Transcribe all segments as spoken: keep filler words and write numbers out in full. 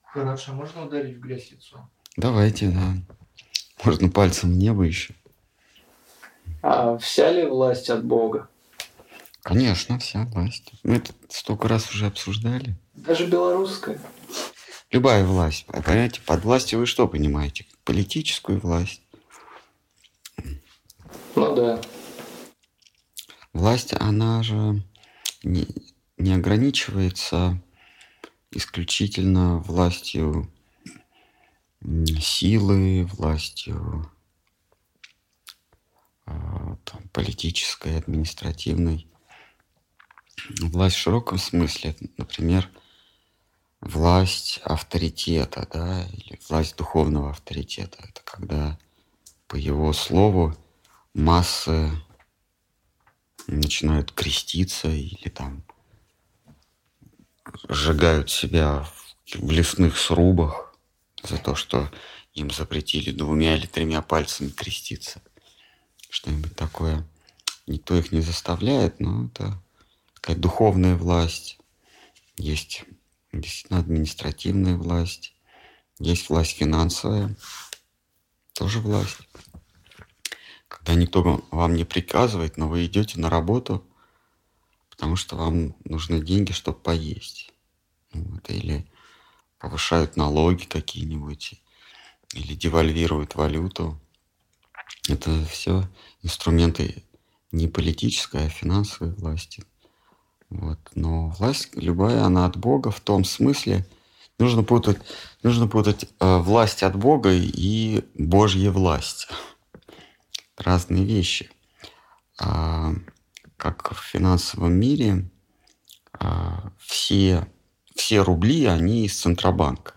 Хорошо, можно ударить в грязь лицом? Давайте, да. Можно пальцем в небо еще. А вся ли власть от Бога? Конечно, вся власть. Мы это столько раз уже обсуждали. Даже белорусская? Любая власть. Понимаете, под властью вы что понимаете? Политическую власть. Ну да. Власть, она же не, не ограничивается исключительно властью силы, властью там, политической, административной. Власть в широком смысле, например, власть авторитета, да, или власть духовного авторитета. Это когда по его слову массы начинают креститься или там сжигают себя в лесных срубах за то, что им запретили двумя или тремя пальцами креститься. Что-нибудь такое. Никто их не заставляет, но это такая духовная власть. Есть действительно административная власть. Есть власть финансовая. Тоже власть. Когда никто вам не приказывает, но вы идете на работу, потому что вам нужны деньги, чтобы поесть. Вот. Или повышают налоги какие-нибудь, или девальвируют валюту. Это все инструменты не политической, а финансовой власти. Вот. Но власть любая, она от Бога в том смысле, нужно путать, нужно путать э, власть от Бога и Божья власть. Разные вещи. А, как в финансовом мире а, все, все рубли, они из Центробанка.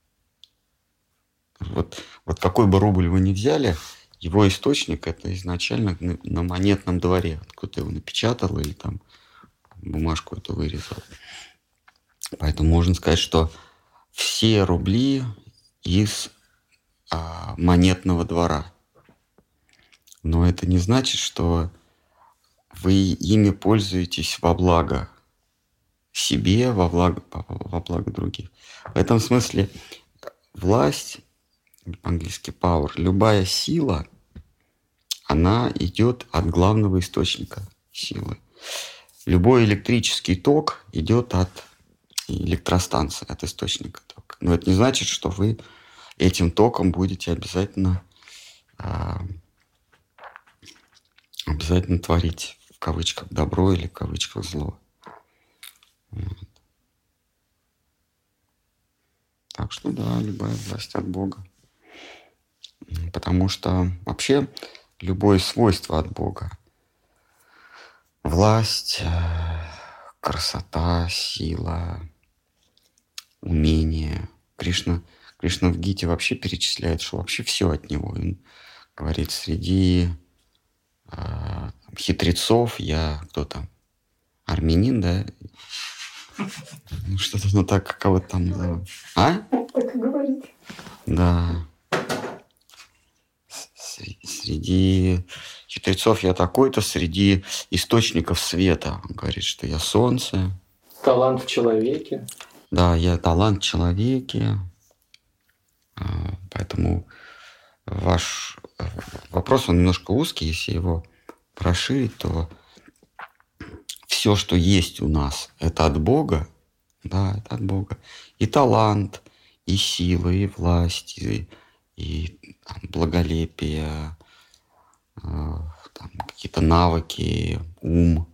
Вот, вот какой бы рубль вы ни взяли, его источник это изначально на, на монетном дворе. Кто-то его напечатал или там бумажку эту вырезал. Поэтому можно сказать, что все рубли из а, монетного двора. Но это не значит, что вы ими пользуетесь во благо себе, во благо, во благо других. В этом смысле власть, по-английски power, любая сила, она идет от главного источника силы. Любой электрический ток идет от электростанции, от источника тока. Но это не значит, что вы этим током будете обязательно, а, обязательно творить в кавычках добро или в кавычках зло. Вот. Так что да, любая власть от Бога. Потому что вообще любое свойство от Бога. Власть, красота, сила, умение. Кришна, Кришна в Гите вообще перечисляет, что вообще все от него. Он говорит, среди э, хитрецов я кто там? Армянин, да? Ну, что-то ну так кого-то там называют. А? Так и говорит. Да. Среди хитрецов я такой-то, среди источников света. Он говорит, что я солнце. Талант в человеке. Да, я талант в человеке. Поэтому ваш вопрос, он немножко узкий. Если его расширить, то все, что есть у нас, это от Бога. Да, это от Бога. И талант, и сила, и власть, и, и там, благолепие, там, какие-то навыки, ум.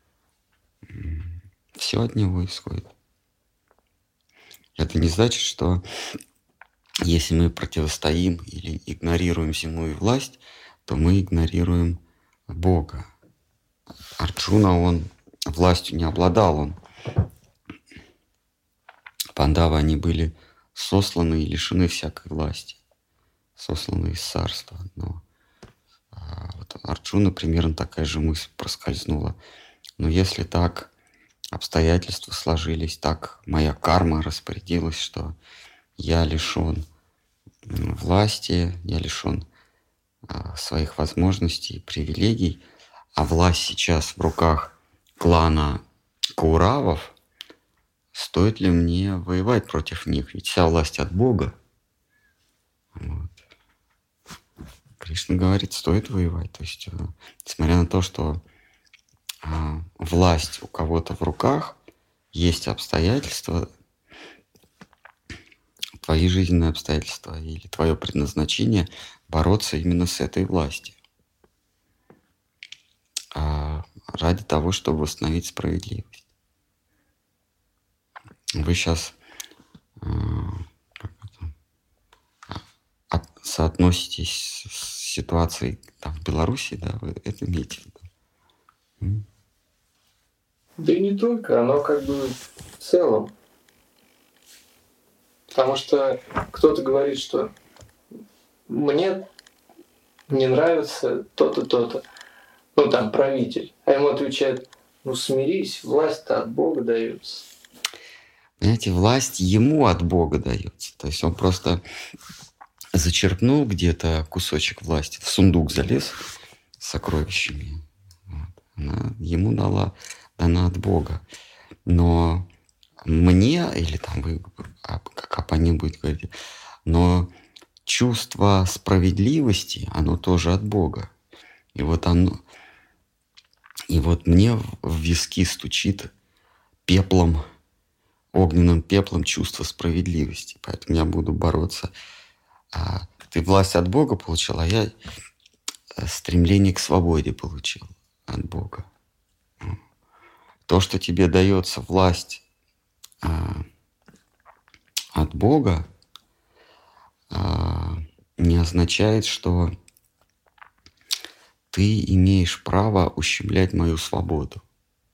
Все от него исходит. Это не значит, что если мы противостоим или игнорируем земную власть, то мы игнорируем Бога. Арджуна, он властью не обладал, он Пандавы, они были сосланы и лишены всякой власти, сосланы из царства. Но а, вот Арджуна примерно такая же мысль проскользнула. Но если так обстоятельства сложились, так моя карма распорядилась, что я лишен власти, я лишен а, своих возможностей и привилегий, а власть сейчас в руках клана Кауравов, стоит ли мне воевать против них? Ведь вся власть от Бога. Вот. Кришна говорит, стоит воевать. То есть, несмотря на то, что а, власть у кого-то в руках, есть обстоятельства, твои жизненные обстоятельства или твое предназначение бороться именно с этой властью. А ради того, чтобы восстановить справедливость. Вы сейчас э, от, соотноситесь с ситуацией там, в Беларуси, да, вы это имеете в виду? Да и не только, оно как бы в целом. Потому что кто-то говорит, что мне не нравится то-то, то-то. Ну, там, правитель. А ему отвечают, ну, смирись, власть-то от Бога дается. Понимаете, власть ему от Бога дается. То есть он просто зачерпнул где-то кусочек власти, в сундук залез с сокровищами. Вот. Она ему дала, дана от Бога. Но мне, или там вы, как оппонент будет говорить, но чувство справедливости, оно тоже от Бога. И вот оно, и вот мне в виски стучит пеплом, огненным пеплом чувство справедливости. Поэтому я буду бороться. А ты власть от Бога получил, а я стремление к свободе получил от Бога. То, что тебе дается власть а, от Бога, а, не означает, что ты имеешь право ущемлять мою свободу.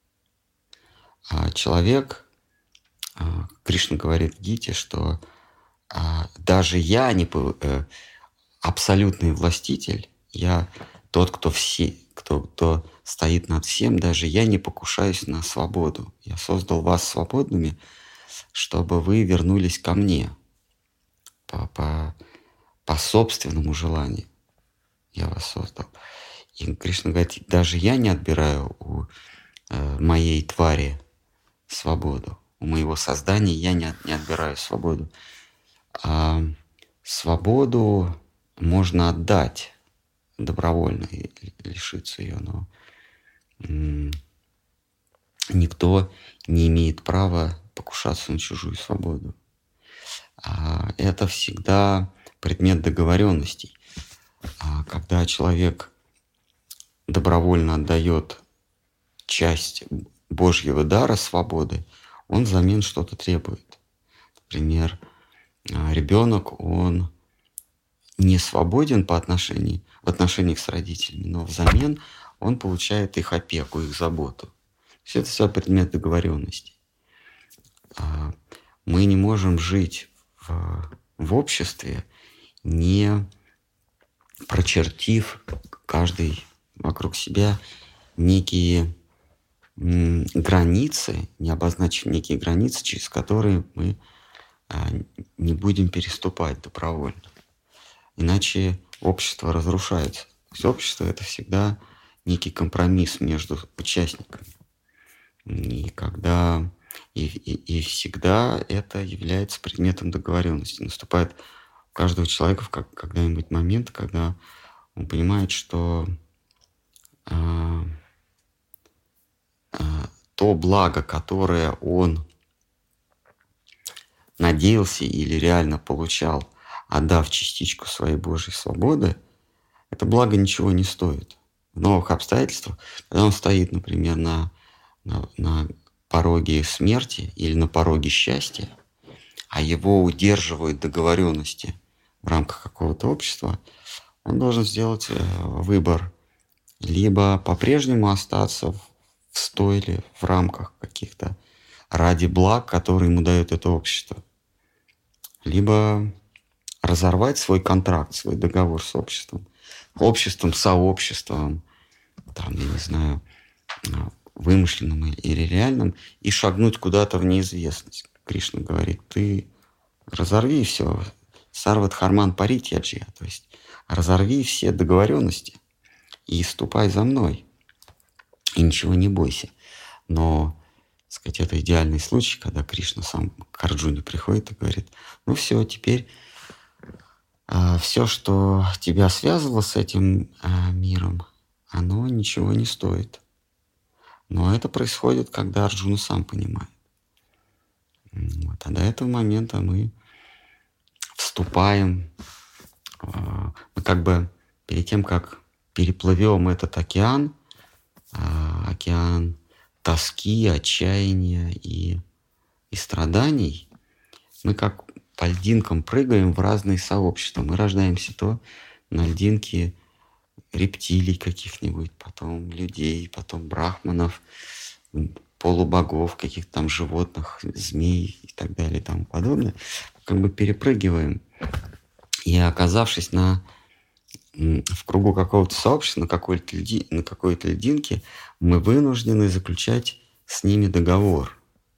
А человек, а, Кришна говорит в Гите, что а, даже я не э, абсолютный властитель, я тот, кто все, кто, кто стоит над всем, даже я не покушаюсь на свободу. Я создал вас свободными, чтобы вы вернулись ко мне по, по, по собственному желанию. Я вас создал. И Кришна говорит, даже я не отбираю у э, моей твари свободу. У моего создания я не, не отбираю свободу. А свободу можно отдать добровольно и лишиться ее, но м- никто не имеет права покушаться на чужую свободу. А это всегда предмет договоренностей. А когда человек добровольно отдает часть Божьего дара свободы, он взамен что-то требует. Например, ребенок, он не свободен по отношению, в отношениях с родителями, но взамен он получает их опеку, их заботу. Все это все предмет договоренности. Мы не можем жить в, в обществе, не прочертив каждый вокруг себя некие м, границы, не обозначив некие границы, через которые мы а, не будем переступать добровольно. Иначе общество разрушается. То есть общество — это всегда некий компромисс между участниками. И когда и, и, и всегда это является предметом договоренности. Наступает у каждого человека в как, когда-нибудь момент, когда он понимает, что э, э, то благо, которое он надеялся или реально получал, отдав частичку своей Божьей свободы, это благо ничего не стоит. В новых обстоятельствах, когда он стоит, например, на, на, на пороге смерти или на пороге счастья, а его удерживают договоренности в рамках какого-то общества, он должен сделать выбор. Либо по-прежнему остаться в стойле, в рамках каких-то ради благ, которые ему дает это общество. Либо разорвать свой контракт, свой договор с обществом. Обществом, сообществом, там, я не знаю, вымышленным или реальным, и шагнуть куда-то в неизвестность. Кришна говорит, ты разорви все, сарват харман паритьяджья, то есть разорви все договоренности и ступай за мной, и ничего не бойся. Но сказать, это идеальный случай, когда Кришна сам к Арджуне приходит и говорит: ну все, теперь э, все, что тебя связывало с этим э, миром, оно ничего не стоит. Но это происходит, когда Арджуна сам понимает. Вот. А до этого момента мы вступаем, э, мы как бы перед тем, как переплывем этот океан, э, океан тоски, отчаяния и, и страданий, мы как по льдинкам прыгаем в разные сообщества. Мы рождаемся то на льдинке рептилий каких-нибудь, потом людей, потом брахманов, полубогов, каких-то там животных, змей и так далее и тому подобное. Как бы перепрыгиваем. И оказавшись на, в кругу какого-то сообщества, на какой-то, льди, на какой-то льдинке, мы вынуждены заключать с ними договор.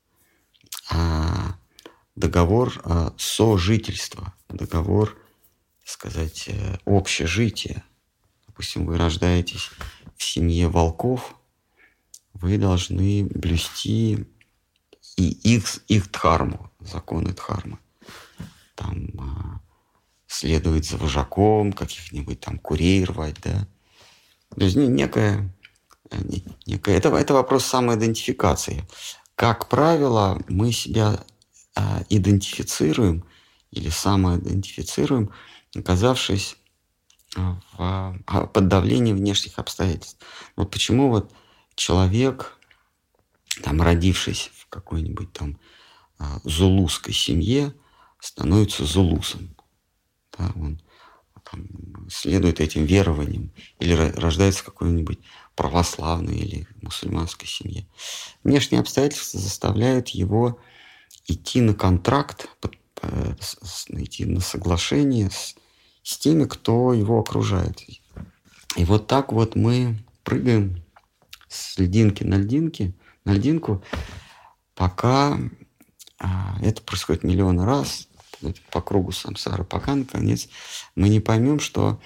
А, договор а, сожительства, договор, так сказать, общежития. Допустим, вы рождаетесь в семье волков, вы должны блюсти и их, их дхарму, законы дхармы. Там а, следовать за вожаком, каких-нибудь там курей рвать, да. То есть некая, некая это, это вопрос самоидентификации. Как правило, мы себя а, идентифицируем или самоидентифицируем, оказавшись в, под давлением внешних обстоятельств. Вот почему вот человек, там, родившись в какой-нибудь там зулусской семье, становится зулусом. Да, он там, следует этим верованиям или рождается в какой-нибудь православной или мусульманской семье. Внешние обстоятельства заставляют его идти на контракт, идти на соглашение с, с теми, кто его окружает. И вот так вот мы прыгаем с льдинки на льдинки, на льдинку, пока а, это происходит миллионы раз по кругу самсары, пока, наконец, мы не поймем, что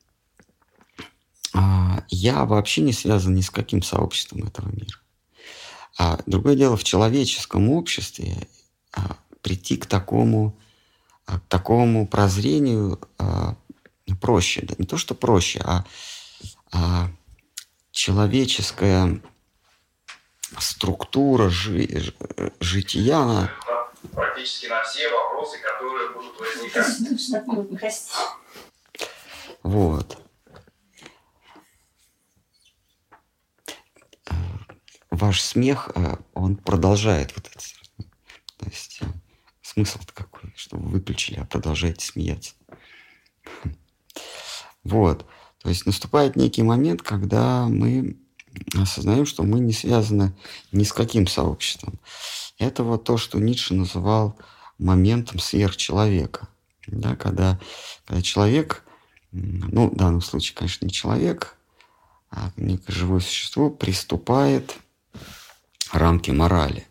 а, я вообще не связан ни с каким сообществом этого мира. А другое дело, в человеческом обществе а, прийти к такому, а, к такому прозрению а, проще. Да, не то, что проще, а, а человеческая структура жи- жития, она... Практически на все вопросы, которые будут возникать. Вот. Ваш смех, он продолжает вот это. То есть смысл-то какой, что вы выключили, а продолжаете смеяться. Вот. То есть наступает некий момент, когда мы осознаем, что мы не связаны ни с каким сообществом. Это вот то, что Ницше называл моментом сверхчеловека. Да, когда, когда человек, ну, в данном случае, конечно, не человек, а некое живое существо приступает к рамке морали.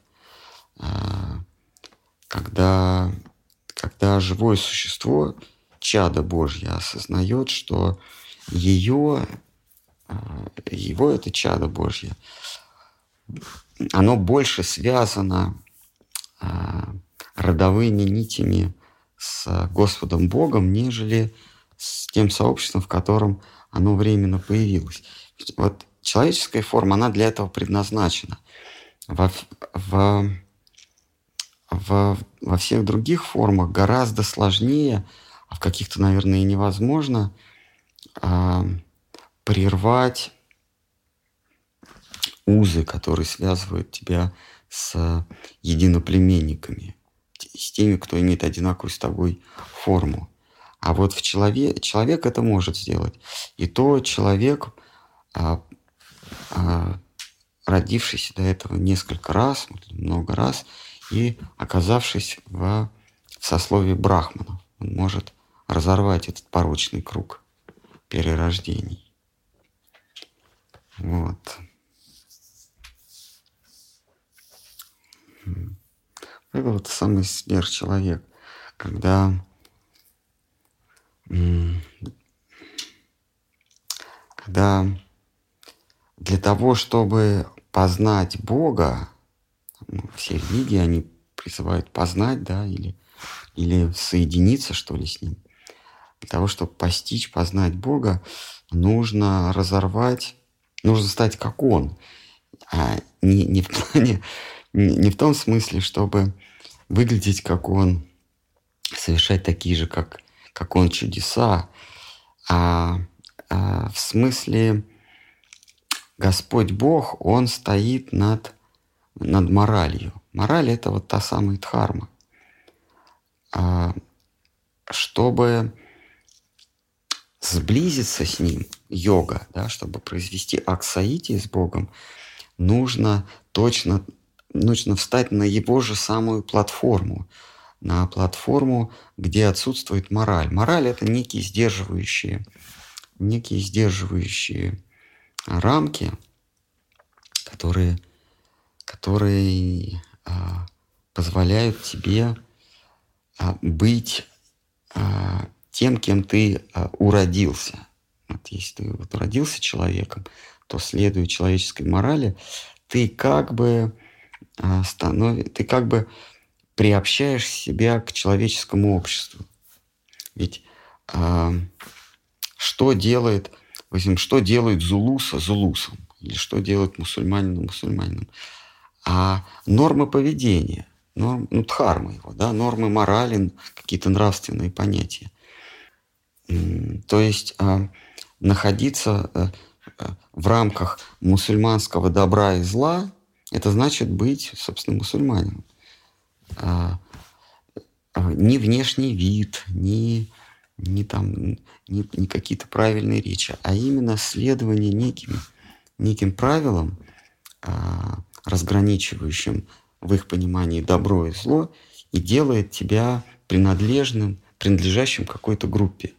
Когда, когда живое существо, чадо Божье, осознает, что ее, его это чадо Божье, оно больше связано родовыми нитями с Господом Богом, нежели с тем сообществом, в котором оно временно появилось. Вот человеческая форма, она для этого предназначена. Во, во, во, во всех других формах гораздо сложнее, а в каких-то, наверное, и невозможно а, прервать узы, которые связывают тебя с единоплеменниками, с теми, кто имеет одинаковую с тобой форму. А вот в человек, человек это может сделать. И то человек, а, а, родившийся до этого несколько раз, много раз, и оказавшись в сословии брахманов, он может разорвать этот порочный круг перерождений. Вот. Это вот самый сверхчеловек, когда когда для того, чтобы познать Бога, ну, все религии, они призывают познать, да, или, или соединиться, что ли, с Ним. Для того, чтобы постичь, познать Бога, нужно разорвать, нужно стать как Он. А не, не, в плане, не, не в том смысле, чтобы выглядеть как Он, совершать такие же, как, как Он, чудеса, а, а в смысле Господь Бог, Он стоит над, над моралью. Мораль — это вот та самая дхарма. А, чтобы сблизиться с Ним, йога, да, чтобы произвести акт соития с Богом, нужно точно нужно встать на Его же самую платформу, на платформу, где отсутствует мораль. Мораль — это некие сдерживающие, некие сдерживающие рамки, которые, которые а, позволяют тебе а, быть а, тем, кем ты а, уродился. Вот если ты вот уродился человеком, то, следуя человеческой морали, ты как бы а, станов... ты как бы приобщаешь себя к человеческому обществу. Ведь а, что делает, возьмем, что делает зулуса зулусом, или что делает мусульманина мусульманином? А нормы поведения, норм, ну, дхарма его, да, нормы морали, какие-то нравственные понятия. То есть а, находиться а, в рамках мусульманского добра и зла, это значит быть, собственно, мусульманином. А, а, ни внешний вид, ни, ни, там, ни, ни какие-то правильные речи, а именно следование неким, неким правилам, а, разграничивающим в их понимании добро и зло, и делает тебя принадлежным, принадлежащим какой-то группе.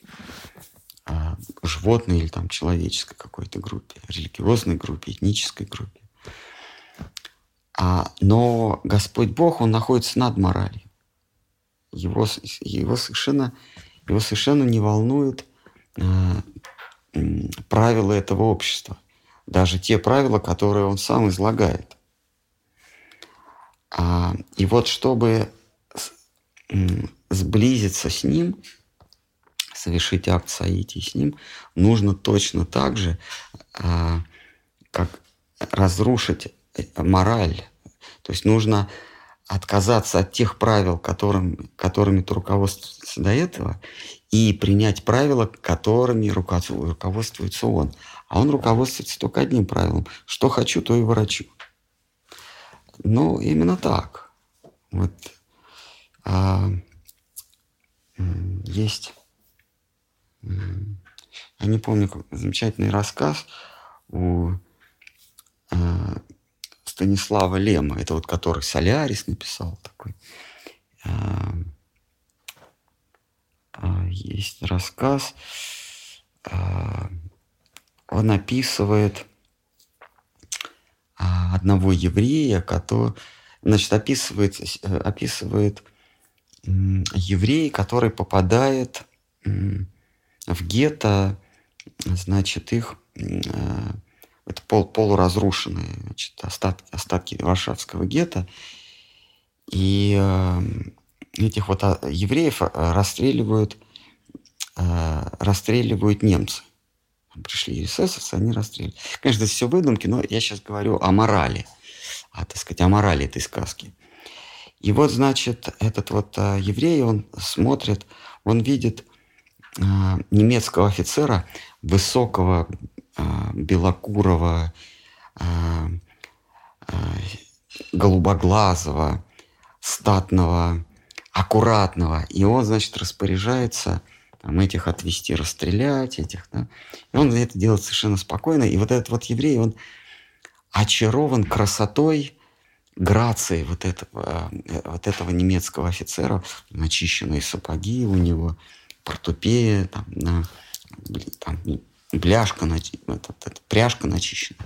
Животной или там человеческой какой-то группе, религиозной группе, этнической группе. А, но Господь Бог, Он находится над моралью. Его, его, совершенно, его совершенно не волнуют а, правила этого общества. Даже те правила, которые Он сам излагает. А, и вот чтобы сблизиться с Ним, совершить акт соития с Ним, нужно точно так же, а, как разрушить мораль. То есть нужно отказаться от тех правил, которым, которыми ты руководствуешься до этого, и принять правила, которыми руководствуется Он. А Он руководствуется только одним правилом. Что хочу, то и ворочу. Ну, именно так. Вот. А, есть... Я не помню, замечательный рассказ у э, Станислава Лема, это вот который Солярис написал такой. Э, э, есть рассказ, э, он описывает э, одного еврея, который, значит, описывает, э, описывает э, еврея, который попадает э, в гетто, значит, их э, это пол, полуразрушенные, значит, остатки, остатки Варшавского гетто. И э, этих вот евреев расстреливают, э, расстреливают немцы. Пришли эсэсовцы, они расстреливают. Конечно, это все выдумки, но я сейчас говорю о морали, о, так сказать, о морали этой сказки. И вот, значит, этот вот э, еврей, он смотрит, он видит немецкого офицера, высокого, белокурого, голубоглазого, статного, аккуратного. И он, значит, распоряжается там, этих отвести, расстрелять, этих, да. И он это делает совершенно спокойно. И вот этот вот еврей, он очарован красотой, грацией вот этого, вот этого немецкого офицера. Начищенные сапоги у него, портупея, там, на, там, бляшка, это, это, пряжка начищена.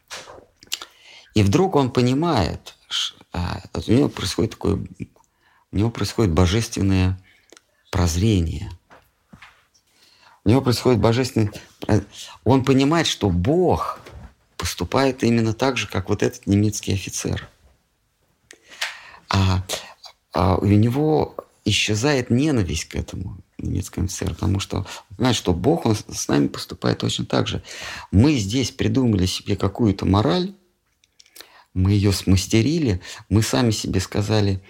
И вдруг он понимает, что, а, у него происходит такое, у него происходит божественное прозрение. У него происходит божественное... Он понимает, что Бог поступает именно так же, как вот этот немецкий офицер. а, а у него исчезает ненависть к этому немецкому офицеру, потому что, понимаете, что Бог, он с нами поступает точно так же. Мы здесь придумали себе какую-то мораль, мы ее смастерили, мы сами себе сказали,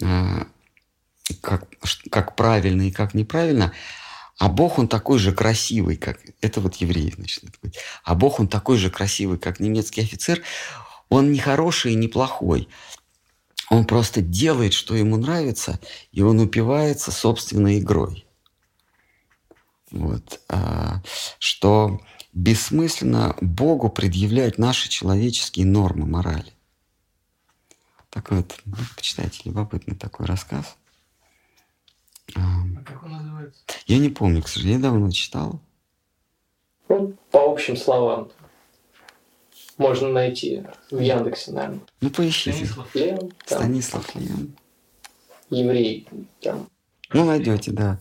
как, как правильно и как неправильно, а Бог, он такой же красивый, как... Это вот евреи, значит. А Бог, он такой же красивый, как немецкий офицер. Он не хороший и не плохой. Он просто делает, что ему нравится, и он упивается собственной игрой. Вот. А, что бессмысленно Богу предъявлять наши человеческие нормы морали. Такой вот, ну, почитайте, любопытный такой рассказ. А как он называется? Я не помню, к сожалению, я давно читал. Ну, по общим словам. Можно найти в Яндексе, наверное. Ну, поищи. Станислав Лем. Там, Станислав Лем. Еврей. Там. Ну, найдете, да.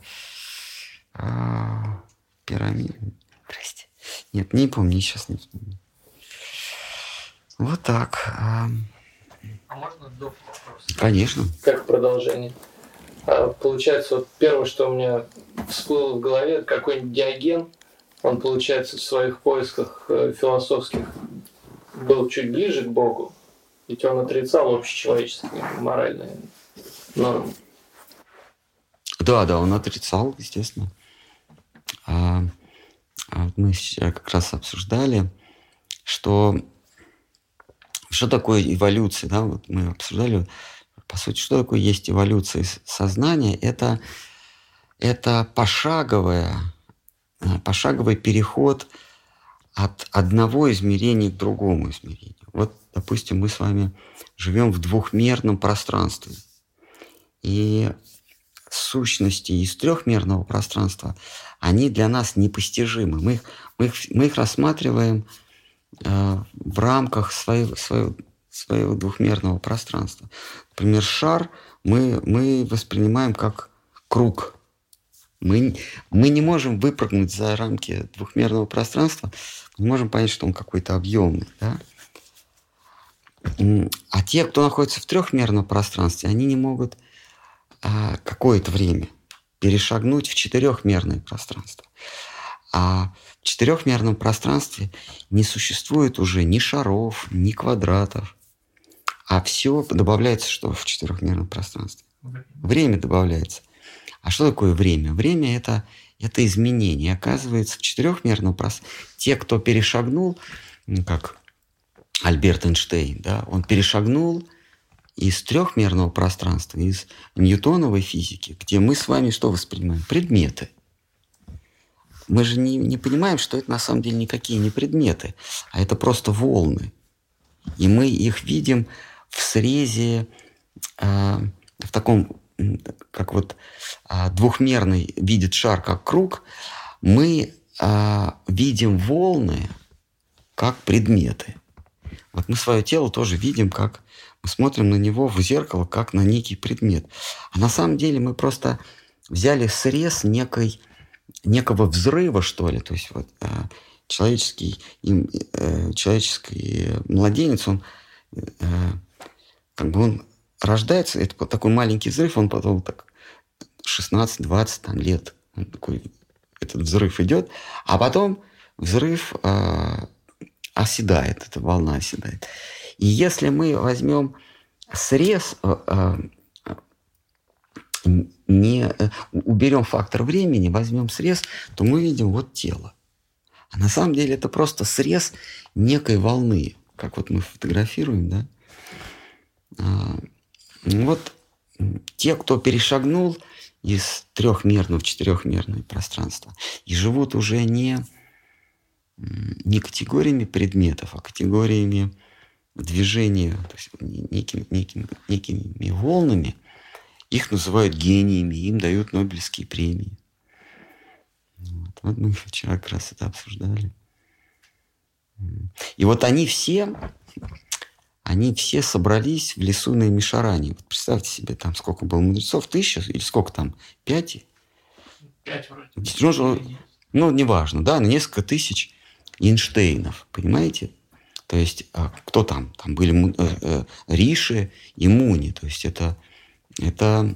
А, пирамида. Прости. Нет, не помню, сейчас не помню. Вот так. А, а можно доп. Вопрос? Конечно. Как продолжение. А, получается, вот первое, что у меня всплыло в голове, какой-нибудь Диоген, он, получается, в своих поисках э, философских был чуть ближе к Богу, ведь он отрицал общечеловеческие моральные нормы. Да, да, он отрицал, естественно. А, а мы сейчас как раз обсуждали, что что такое эволюция, да, вот мы обсуждали, по сути, что такое есть эволюция сознания, это, это пошаговая, пошаговый переход от одного измерения к другому измерению. Вот, допустим, мы с вами живем в двухмерном пространстве. И сущности из трехмерного пространства, они для нас непостижимы. Мы их, мы их, мы их рассматриваем э, в рамках своего, своего, своего двухмерного пространства. Например, шар мы, мы воспринимаем как круг. Мы, мы не можем выпрыгнуть за рамки двухмерного пространства, мы можем понять, что он какой-то объемный. Да? А те, кто находится в трехмерном пространстве, они не могут а, какое-то время перешагнуть в четырехмерное пространство. А в четырехмерном пространстве не существует уже ни шаров, ни квадратов, а все добавляется, что в четырехмерном пространстве. Время добавляется. А что такое время? Время это, это изменение. Оказывается, в четырехмерном пространстве те, кто перешагнул, ну, как Альберт Эйнштейн, да, он перешагнул из трехмерного пространства, из ньютоновой физики, где мы с вами что воспринимаем? Предметы. Мы же не, не понимаем, что это на самом деле никакие не предметы, а это просто волны. И мы их видим в срезе, э, в таком, как вот э, двухмерный видит шар как круг, мы э, видим волны как предметы. Вот мы свое тело тоже видим, как мы смотрим на него в зеркало, как на некий предмет. А на самом деле мы просто взяли срез некой, некого взрыва, что ли. То есть вот э, человеческий, им, э, человеческий младенец, он э, как бы он рождается, это такой маленький взрыв, он потом так шестнадцать-двадцать там, лет, он такой, этот взрыв идет, а потом взрыв э, оседает, эта волна оседает. И если мы возьмем срез, э, э, не, э, уберем фактор времени, возьмем срез, то мы видим вот тело. А на самом деле это просто срез некой волны, как вот мы фотографируем, да. А, вот те, кто перешагнул из трехмерного в четырехмерное пространство и живут уже не, не категориями предметов, а категориями движения, то есть некими, некими, некими волнами, их называют гениями, им дают Нобелевские премии. Вот, вот мы вчера как раз это обсуждали. И вот они все, они все собрались в лесу на Эмишаране. Вот представьте себе, там сколько было мудрецов, тысяча или сколько там, пять? Пять вроде. Ну, ну, неважно, да, на несколько тысяч Эйнштейнов, понимаете? То есть кто там? Там были Риши и Муни. То есть это, это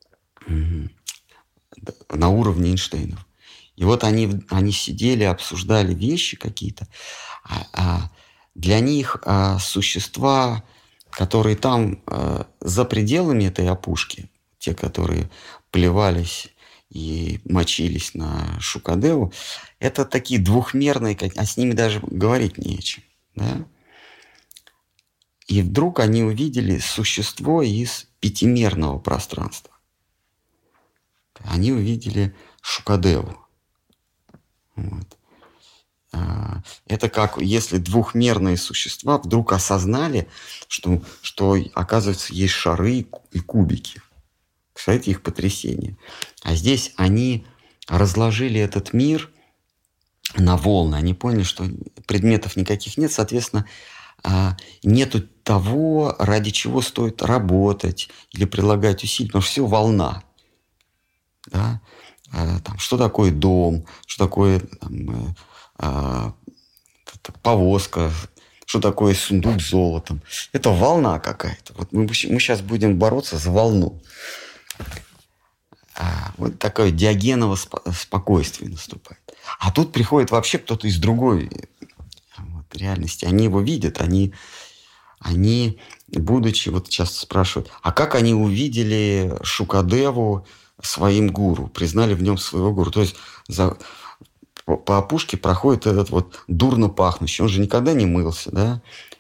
на уровне Эйнштейнов. И вот они, они сидели, обсуждали вещи какие-то. А, а для них а, существа, которые там а, за пределами этой опушки, те, которые плевались и мочились на Шукадеву, это такие двухмерные, а с ними даже говорить не о чем. Да? И вдруг они увидели существо из пятимерного пространства. Они увидели Шукадеву. Вот. Это как если двухмерные существа вдруг осознали, что, что оказывается, есть шары и кубики. Представляете их потрясение. А здесь они разложили этот мир на волны. Они поняли, что предметов никаких нет, соответственно, нету того, ради чего стоит работать или прилагать усилия, потому что все волна. Да? Там, что такое дом, что такое там, повозка, что такое сундук с золотом. Это волна какая-то. Вот мы, мы сейчас будем бороться за волну. А вот такое диогеново спокойствие наступает. А тут приходит вообще кто-то из другой вот, реальности. Они его видят, они, они, будучи, вот часто спрашивают, а как они увидели Шукадеву своим гуру, признали в нем своего гуру. То есть за, по, по опушке проходит этот вот дурно пахнущий. Он же никогда не мылся, да?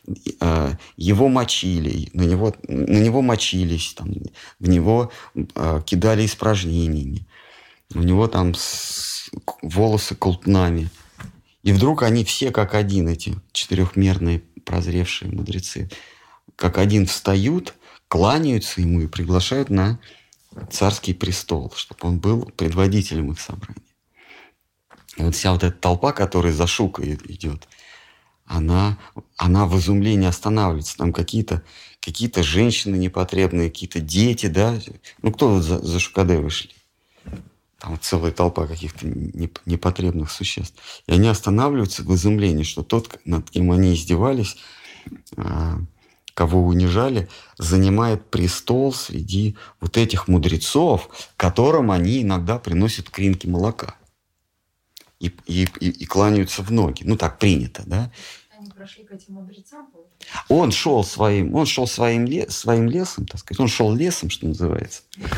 Его мочили, на него, на него мочились, там, в него э, кидали испражнениями, у него там с, волосы колтунами. И вдруг они все как один, эти четырехмерные прозревшие мудрецы, как один встают, кланяются ему и приглашают на царский престол, чтобы он был предводителем их собрания. И вот вся вот эта толпа, которая за Шукой идет, Она, она в изумлении останавливается. Там какие-то, какие-то женщины непотребные, какие-то дети, да. Ну, кто вот за, за Шукадевой шли? Там вот целая толпа каких-то непотребных существ. И они останавливаются в изумлении, что тот, над кем они издевались, кого унижали, занимает престол среди вот этих мудрецов, которым они иногда приносят кринки молока. И, и, и, и кланяются в ноги. Ну, так принято, да? Они прошли к этим мудрецам? Он шел своим, он шел своим, своим лесом, так сказать. Он шел лесом, что называется.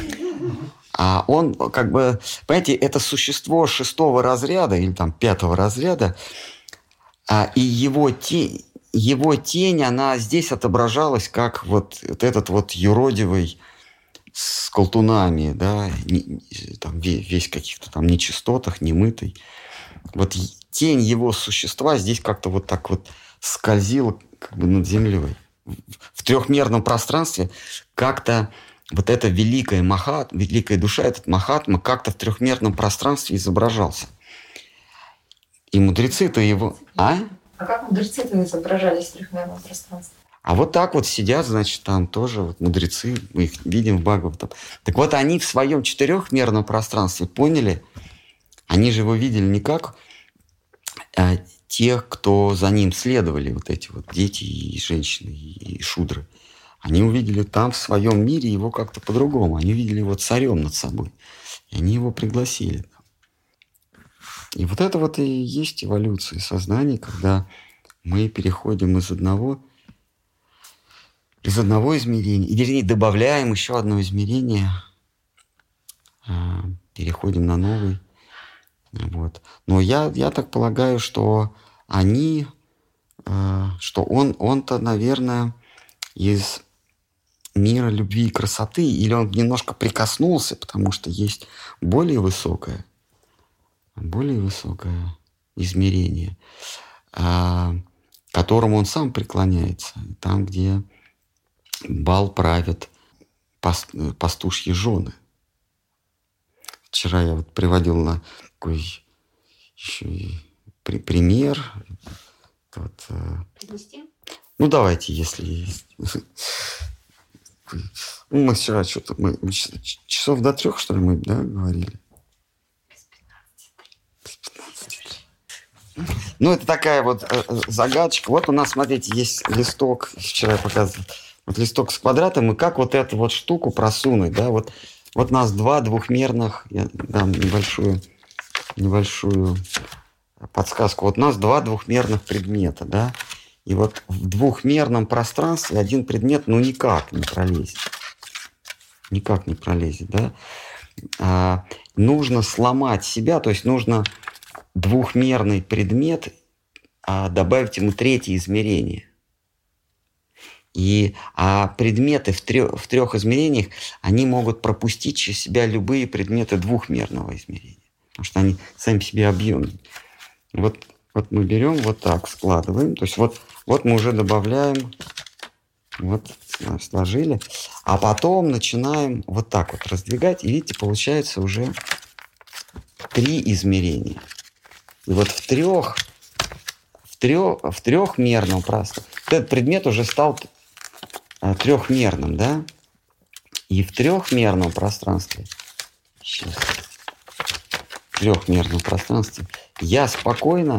А он, как бы, понимаете, это существо шестого разряда или там пятого разряда, а, и его тень, его тень, она здесь отображалась как вот, вот этот вот юродивый с колтунами, да, не, там весь в каких-то там нечистотах, немытый. Вот тень его существа здесь как-то вот так вот скользила как бы над землей. В трехмерном пространстве как-то вот эта великая махат, великая душа, этот махатма как-то в трехмерном пространстве изображался. И мудрецы-то его... А? А как мудрецы-то изображались в трехмерном пространстве? А вот так вот сидят, значит, там тоже вот мудрецы, мы их видим в Бхагаватам. Так вот они в своем четырехмерном пространстве поняли, они же его видели не как а, тех, кто за ним следовали, вот эти вот дети и женщины и шудры. Они увидели там в своем мире его как-то по-другому. Они увидели его царем над собой. И они его пригласили. И вот это вот и есть эволюция сознания, когда мы переходим из одного, из одного измерения, и, вернее, добавляем еще одно измерение, переходим на новый. Вот. Но я, я так полагаю, что они, что он, он-то, наверное, из мира любви и красоты, или он немножко прикоснулся, потому что есть более высокое, более высокое измерение, к которому он сам преклоняется. Там, где бал правят пастушьи жены. Вчера я вот приводил на такой еще и при, пример. Вот, ну, давайте, если есть. Ну, мы вчера что-то... Мы, часов до трех, что ли, мы, да, говорили? Без пятнадцати. Ну, это такая вот э, загадочка. Вот у нас, смотрите, есть листок, вчера я показывал, вот листок с квадратом, и как вот эту вот штуку просунуть, да, вот, вот у нас два двухмерных, я дам небольшую, небольшую подсказку, вот у нас два двухмерных предмета, да, и вот в двухмерном пространстве один предмет, ну, никак не пролезет, никак не пролезет, да, а, нужно сломать себя, то есть нужно двухмерный предмет, а добавить ему третье измерение. И, а предметы в трех, в трех измерениях, они могут пропустить через себя любые предметы двухмерного измерения. Потому что они сами по себе объемные. Вот, вот мы берем, вот так складываем. То есть вот, вот мы уже добавляем, вот сложили. А потом начинаем вот так вот раздвигать. И видите, получается уже три измерения. И вот в трех, в трех, в трехмерном пространстве этот предмет уже стал а, трехмерным, да? И в трехмерном пространстве, сейчас, в трехмерном пространстве я спокойно,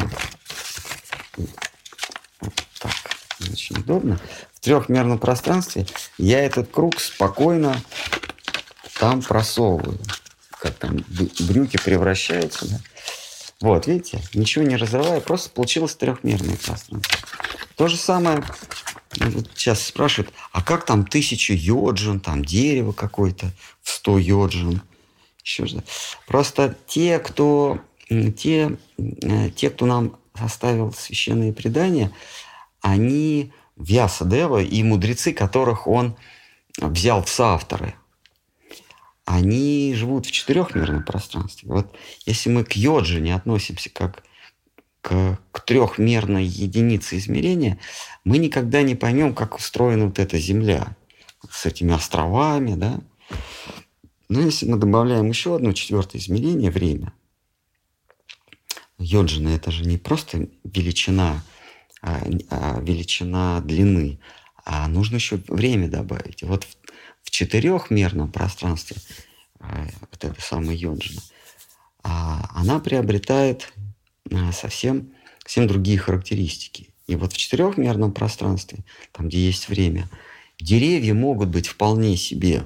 вот так, очень удобно, в трехмерном пространстве я этот круг спокойно там просовываю, как там брюки превращаются, да? Вот, видите, ничего не разрывая, просто получилось трехмерное пространство. То же самое, вот сейчас спрашивают, а как там тысяча йоджин, там дерево какое-то в сто йоджин? Еще же. Просто те, кто, те, те, кто нам оставил священные предания, они Вьясадева и мудрецы, которых он взял в соавторы, они живут в четырехмерном пространстве. Вот если мы к йоджине относимся как к, к трехмерной единице измерения, мы никогда не поймем, как устроена вот эта Земля с этими островами, да. Но если мы добавляем еще одно четвертое измерение, время, йоджина — это же не просто величина, а, а величина длины, а нужно еще время добавить. И вот в, в четырехмерном пространстве вот эта самая йоджина, она приобретает совсем, совсем другие характеристики. И вот в четырехмерном пространстве, там, где есть время, деревья могут быть вполне себе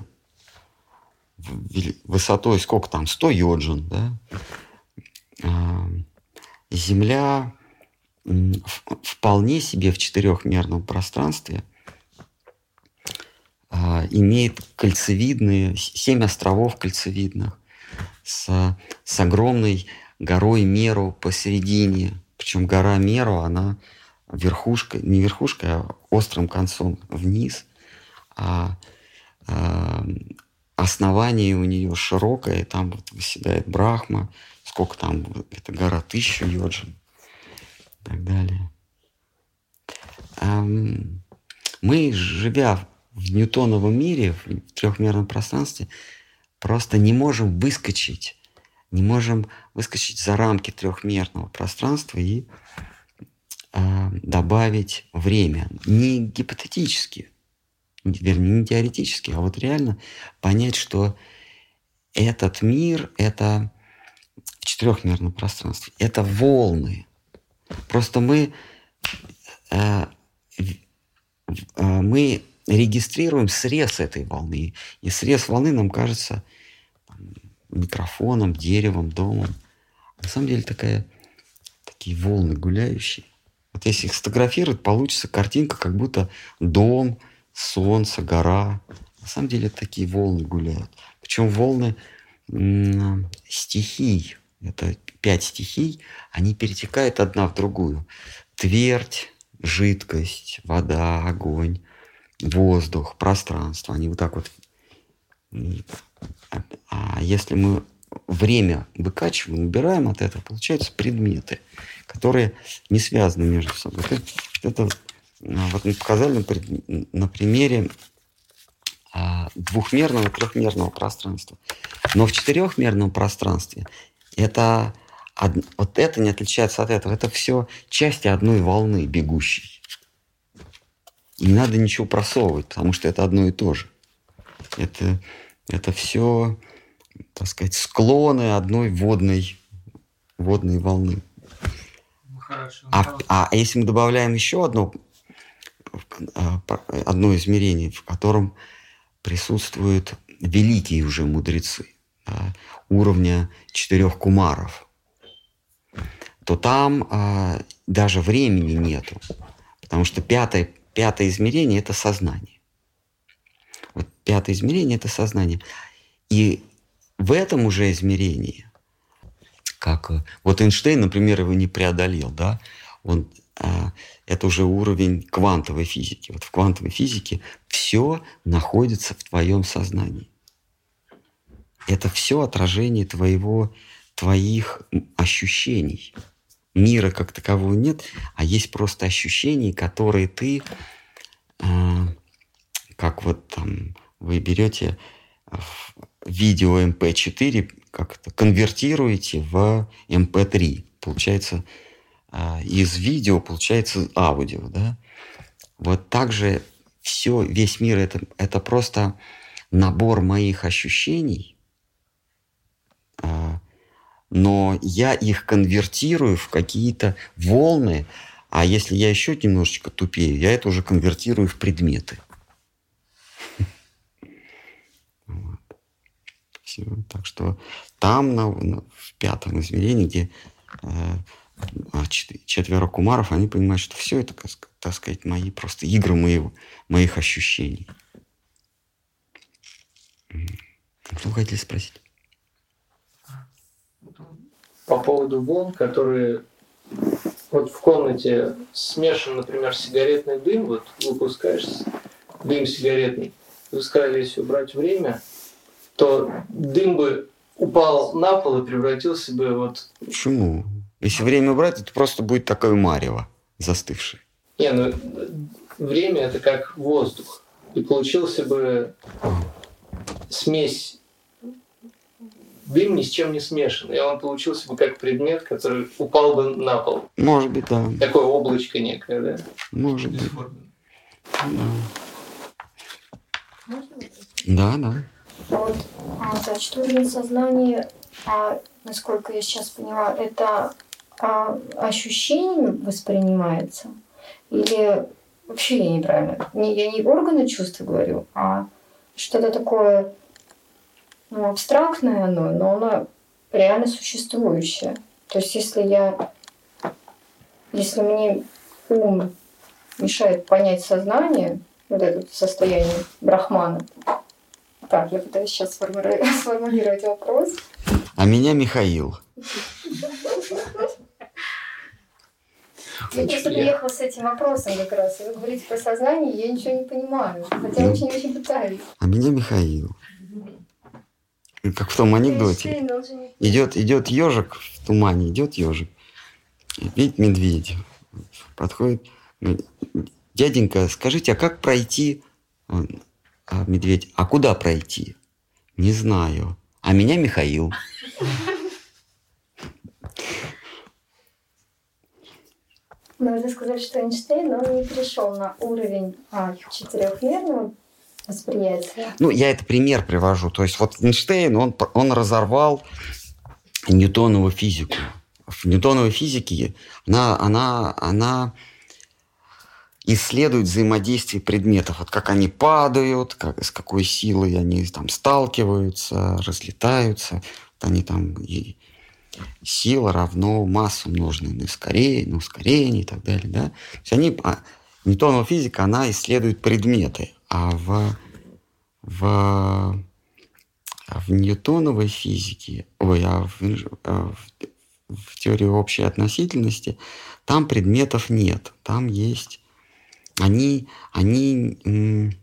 высотой сколько там, сто йоджин, да? Земля вполне себе в четырехмерном пространстве имеет кольцевидные, семь островов кольцевидных с, с огромной горой Меру посередине. Причем гора Меру, она верхушкой, не верхушкой, а острым концом вниз. А, а основание у нее широкое, и там вот выседает Брахма. Сколько там, эта гора, тысяча йоджин и так далее. А, мы, живя в ньютоновом мире, в трехмерном пространстве, просто не можем выскочить, не можем выскочить за рамки трехмерного пространства и э, добавить время. Не гипотетически, вернее, не теоретически, а вот реально понять, что этот мир — это в четырехмерном пространстве, это волны. Просто мы, э, э, мы регистрируем срез этой волны. И срез волны нам кажется там, микрофоном, деревом, домом. На самом деле такая, такие волны гуляющие. Вот если их сфотографировать, получится картинка, как будто дом, солнце, гора. На самом деле это такие волны гуляют. Причем волны м- стихий. Это пять стихий. Они перетекают одна в другую. Твердь, жидкость, вода, огонь, воздух, пространство, они вот так вот. А если мы время выкачиваем, убираем от этого, получаются предметы, которые не связаны между собой. Это, это вот мы показали на, на примере двухмерного и трехмерного пространства. Но в четырехмерном пространстве это, вот это не отличается от этого. Это все части одной волны бегущей. Не надо ничего просовывать, потому что это одно и то же. Это, это все, так сказать, склоны одной водной, водной волны. А, а если мы добавляем еще одно, одно измерение, в котором присутствуют великие уже мудрецы, да, уровня четырех кумаров, то там а, даже времени нету, потому что пятое, пятое измерение – это сознание. Вот пятое измерение – это сознание. И в этом уже измерении, как вот Эйнштейн, например, его не преодолел, да, он, а, это уже уровень квантовой физики. Вот в квантовой физике все находится в твоем сознании. Это все отражение твоего, твоих ощущений. Мира как такового нет, а есть просто ощущения, которые ты, э, как вот там вы берете видео эм пэ четыре, как-то конвертируете в эм пэ три. Получается, э, из видео получается аудио, да? Вот так же все, весь мир это, это просто набор моих ощущений, э, но я их конвертирую в какие-то волны, а если я еще немножечко тупее, я это уже конвертирую в предметы. Вот. Все. Так что там, на, на, в пятом измерении, где э, четверо кумаров, они понимают, что все это, так сказать, мои просто игры моего, моих ощущений. Что вы хотели спросить? По поводу волн, которые вот в комнате смешан, например, сигаретный дым, вот выпускаешь дым сигаретный, вы сказали, если убрать время, то дым бы упал на пол и превратился бы вот... Почему? Если время убрать, это просто будет такое марево застывшее. Не, ну время это как воздух. И получился бы смесь. Дым ни с чем не смешан, и он получился бы как предмет, который упал бы на пол. Может быть, да. Такое облачко некое, да? Может быть. Да. Да, да. Вот, а, значит, уровень сознания, а, насколько я сейчас поняла, это а, ощущением воспринимается? Или вообще я неправильно? Не, я не органы чувств говорю, а что-то такое... Ну, абстрактное оно, но оно реально существующее. То есть, если я, если мне ум мешает понять сознание, вот это состояние брахмана. Так, я пытаюсь сейчас сформулировать вопрос. А меня Михаил. Я просто приехала с этим вопросом как раз. И вы говорите про сознание, я ничего не понимаю. Хотя очень-очень пытаюсь. А меня Михаил. Как в том анекдоте. Идет, идет ежик в тумане, идет ежик. Видит медведя. Подходит. Говорит, дяденька, скажите, а как пройти? А медведь, а куда пройти? Не знаю. А меня Михаил. Надо сказать, что Эйнштейн, он не перешел на уровень а, четырехмерного восприятия. Ну, я это пример привожу. То есть вот Эйнштейн, он, он разорвал Ньютонову физику. В Ньютоновой физике она, она, она исследует взаимодействие предметов. Вот как они падают, как, с какой силой они там сталкиваются, разлетаются. Вот они там... И сила равно масса умноженная на ускорение, на ускорение и так далее. Да? То есть они... Ньютонова физика, она исследует предметы. А в, в, в Ньютоновой физике, ой, а в, в, в теории общей относительности, там предметов нет. Там есть... Они... они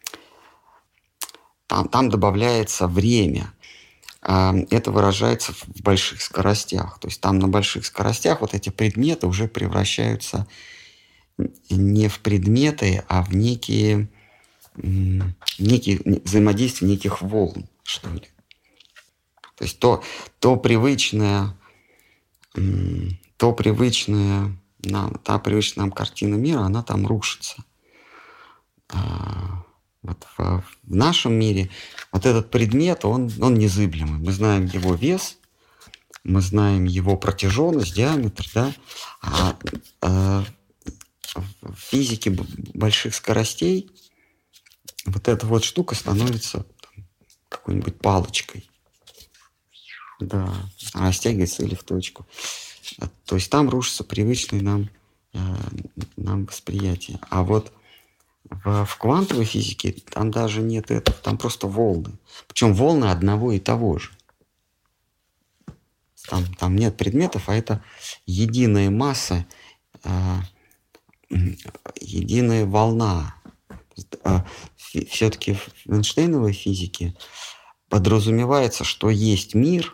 там, там добавляется время. Это выражается в больших скоростях. То есть там на больших скоростях вот эти предметы уже превращаются не в предметы, а в некие... некие взаимодействия неких волн, что ли. То есть то, то привычное, то привычное нам, та привычная нам картина мира, она там рушится. А вот в, в нашем мире вот этот предмет, он, он незыблемый. Мы знаем его вес, мы знаем его протяженность, диаметр, да, а, а в физике больших скоростей вот эта вот штука становится какой-нибудь палочкой. Да, растягивается или в точку. То есть там рушится привычное нам, нам восприятие. А вот в, в квантовой физике там даже нет этого, там просто волны. Причем волны одного и того же. Там, там нет предметов, а это единая масса, единая волна. Все-таки в Эйнштейновой физике подразумевается, что есть мир,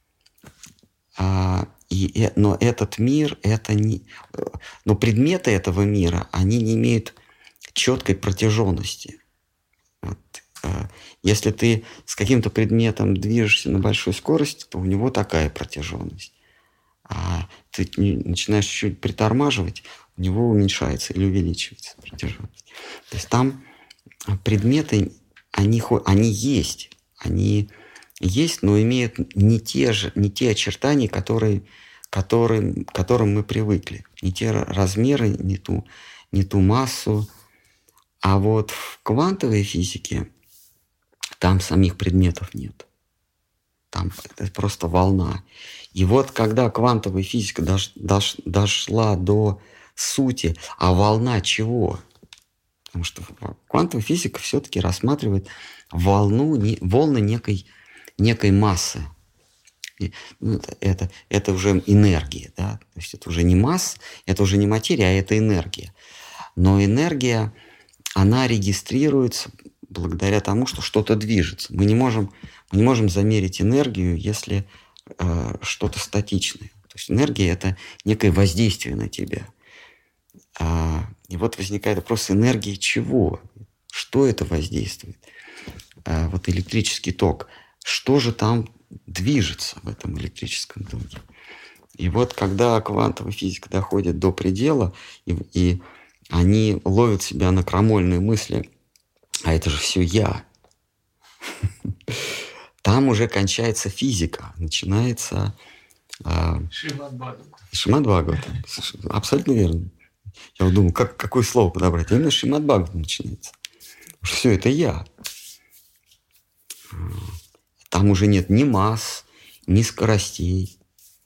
а, и, но этот мир, это не, но предметы этого мира, они не имеют четкой протяженности. Вот, а, если ты с каким-то предметом движешься на большой скорости, то у него такая протяженность. А ты начинаешь чуть-чуть притормаживать, у него уменьшается или увеличивается протяженность. То есть там предметы, они, они есть, они есть, но имеют не те же, не те очертания, которые, которые, к которым мы привыкли. Не те размеры, не ту, не ту массу. А вот в квантовой физике там самих предметов нет. Там это просто волна. И вот когда квантовая физика дош, дош, дошла до сути, а волна чего? Потому что квантовая физика все-таки рассматривает волну, волны некой, некой массы. И, ну, это, это уже энергия, да? То есть это уже не масса, это уже не материя, а это энергия. Но энергия, она регистрируется благодаря тому, что что-то движется. Мы не можем, мы не можем замерить энергию, если э, что-то статичное. То есть энергия – это некое воздействие на тебя. А, и вот возникает вопрос: энергии чего? Что это воздействует? А, вот электрический ток. Что же там движется в этом электрическом токе? И вот когда квантовая физика доходит до предела, и, и они ловят себя на крамольные мысли: а это же все я. Там уже кончается физика, начинается... Шримад Бхагаватам. Шримад Бхагаватам. Абсолютно верно. Я вот думал, как, какое слово подобрать. Именно Шримад Бхагаватам начинается. Все это я. Там уже нет ни масс, ни скоростей.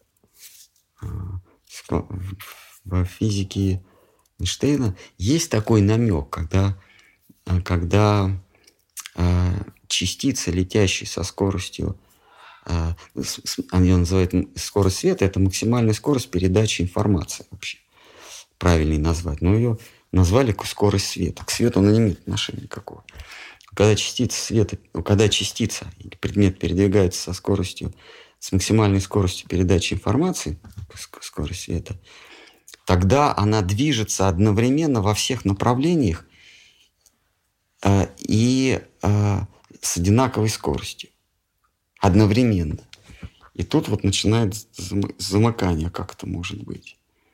В физике Эйнштейна есть такой намек, когда, когда частицы, летящие со скоростью, они ее называют скорость света, это максимальная скорость передачи информации вообще. Правильнее назвать. Но ее назвали скорость света. К свету она не имеет отношения никакого. Когда частица света, когда частица или предмет передвигается со скоростью, с максимальной скоростью передачи информации, скорость света, тогда она движется одновременно во всех направлениях э, и э, с одинаковой скоростью. Одновременно. И тут вот начинает замыкание, как это может быть.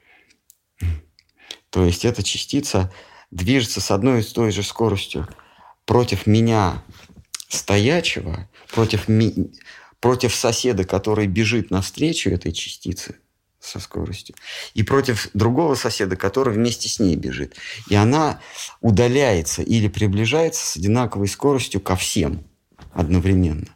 То есть эта частица движется с одной и той же скоростью против меня стоячего, против, ми... против соседа, который бежит навстречу этой частице со скоростью, и против другого соседа, который вместе с ней бежит. И она удаляется или приближается с одинаковой скоростью ко всем одновременно.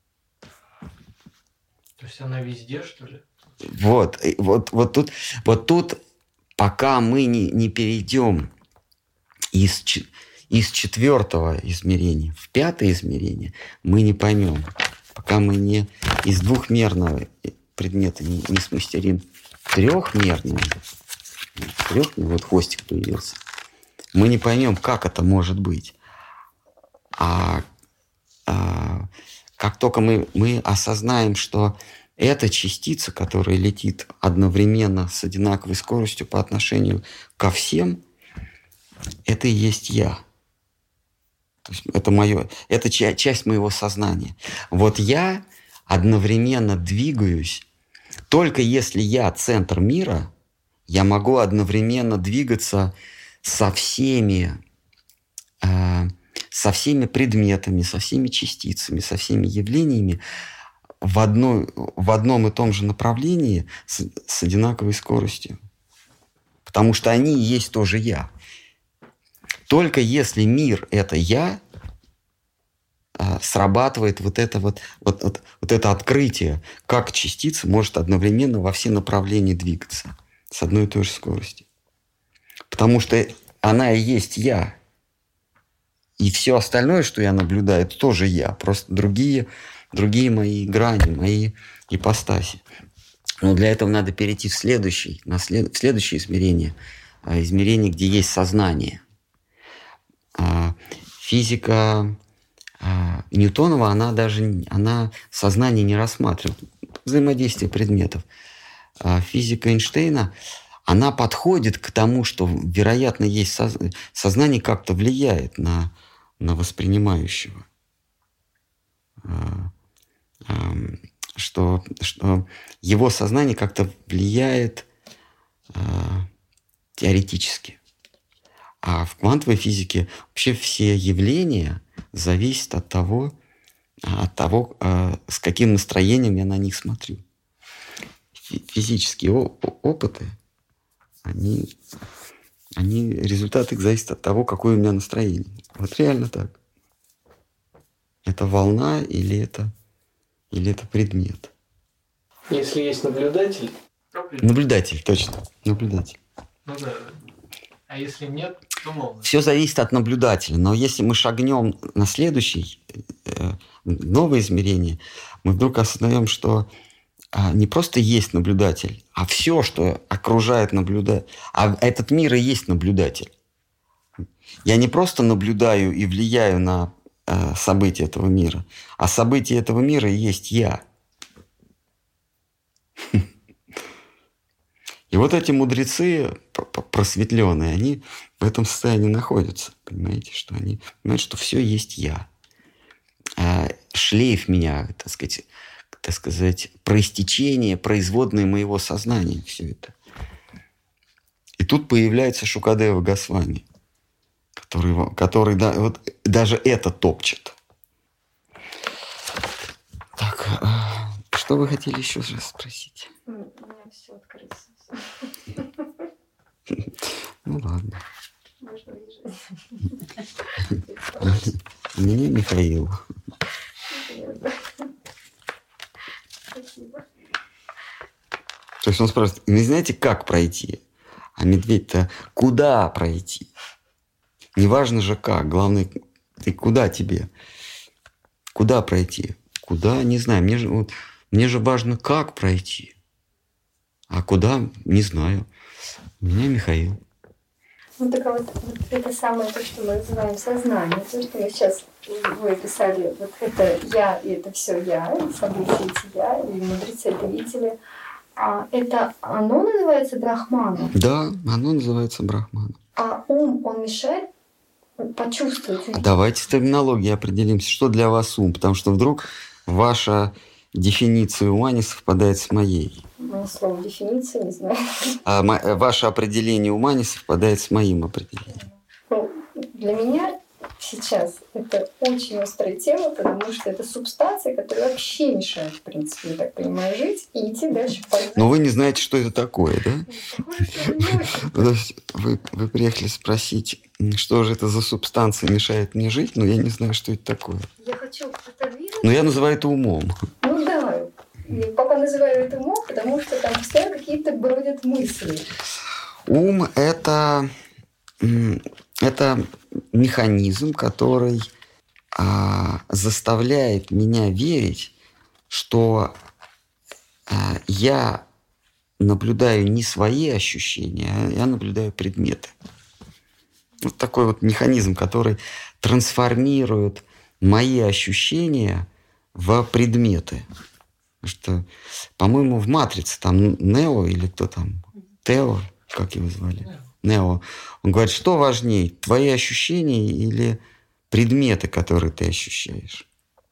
То есть она везде, что ли? Вот, вот, вот, тут, вот тут, пока мы не, не перейдем из, из четвертого измерения в пятое измерение, мы не поймем. Пока мы не из двухмерного предмета не, не смастерим трехмерного, трехмерный, вот хвостик появился, мы не поймем, как это может быть. А, а как только мы, мы осознаем, что эта частица, которая летит одновременно с одинаковой скоростью по отношению ко всем, это и есть я. То есть это мое, это часть моего сознания. Вот я одновременно двигаюсь. Только если я центр мира, я могу одновременно двигаться со всеми, э, со всеми предметами, со всеми частицами, со всеми явлениями в, одной, в одном и том же направлении с, с одинаковой скоростью. Потому что они и есть тоже я. Только если мир — это я, срабатывает вот это вот, вот, вот, вот это открытие, как частица может одновременно во все направления двигаться с одной и той же скоростью. Потому что она и есть я. И все остальное, что я наблюдаю, это тоже я. Просто другие, другие мои грани, мои ипостаси. Но для этого надо перейти в следующий, на след, в следующее измерение. Измерение, где есть сознание. Физика Ньютонова, она даже она сознание не рассматривает. Взаимодействие предметов. Физика Эйнштейна, она подходит к тому, что, вероятно, есть соз... сознание как-то влияет на, на воспринимающего. Что, что его сознание как-то влияет э, теоретически. А в квантовой физике вообще все явления зависят от того, от того э, с каким настроением я на них смотрю. Физические опыты, они, они, результат их зависит от того, какое у меня настроение. Вот реально так. Это волна или это, или это предмет? Если есть наблюдатель... Наблюдатель, точно. Наблюдатель. Ну да. А если нет, то волна. Все зависит от наблюдателя. Но если мы шагнем на следующий, э, новое измерение, мы вдруг осознаем, что э, не просто есть наблюдатель, а все, что окружает наблюдателя. А этот мир и есть наблюдатель. Я не просто наблюдаю и влияю на э, события этого мира, а события этого мира и есть я. И вот эти мудрецы просветленные, они в этом состоянии находятся. Понимаете, что они понимают, что все есть я. А шлейф меня, так сказать, так сказать, проистечение, производное моего сознания, все это. И тут появляется Шукадева Госвами, который, который да, вот даже это топчет. Так, что вы хотели еще раз спросить? У меня все открыто. Ну ладно. Можно Меня Михаил. Спасибо. То есть он спрашивает, не знаете, как пройти? А медведь-то куда пройти? Неважно же как. Главное, ты куда тебе? Куда пройти? Куда? Не знаю. Мне же, вот, мне же важно, как пройти. А куда? Не знаю. У меня Михаил. Ну так а вот, вот это самое то, что мы называем сознание. То, что мы сейчас вы писали, вот это я, и это все я, и события эти я, и мудрецы это видели. А это оно называется брахманом? Да, оно называется брахманом. А ум, он мешает почувствовать? Давайте с терминологией определимся, что для вас ум. Потому что вдруг ваша дефиниция ума не совпадает с моей. Мое слово дефиниция, не знаю. А ваше определение ума не совпадает с моим определением. Ну, для меня сейчас это очень острая тема, потому что это субстанция, которая вообще мешает, в принципе, я так понимаю, жить и идти дальше по жизни. Но вы не знаете, что это такое, да? Вы, вы приехали спросить, что же это за субстанция мешает мне жить, но я не знаю, что это такое. Я хочу отодвинуть. Но я называю это умом. Ну да, и пока называю это умом, потому что там постоянно какие-то бродят мысли. Ум – это, это механизм, который а, заставляет меня верить, что а, я наблюдаю не свои ощущения, а я наблюдаю предметы. Вот такой вот механизм, который трансформирует мои ощущения в предметы. Потому что, по-моему, в «Матрице» там Нео или кто там, Тео, как его звали? Нео. Он говорит, что важнее, твои ощущения или предметы, которые ты ощущаешь?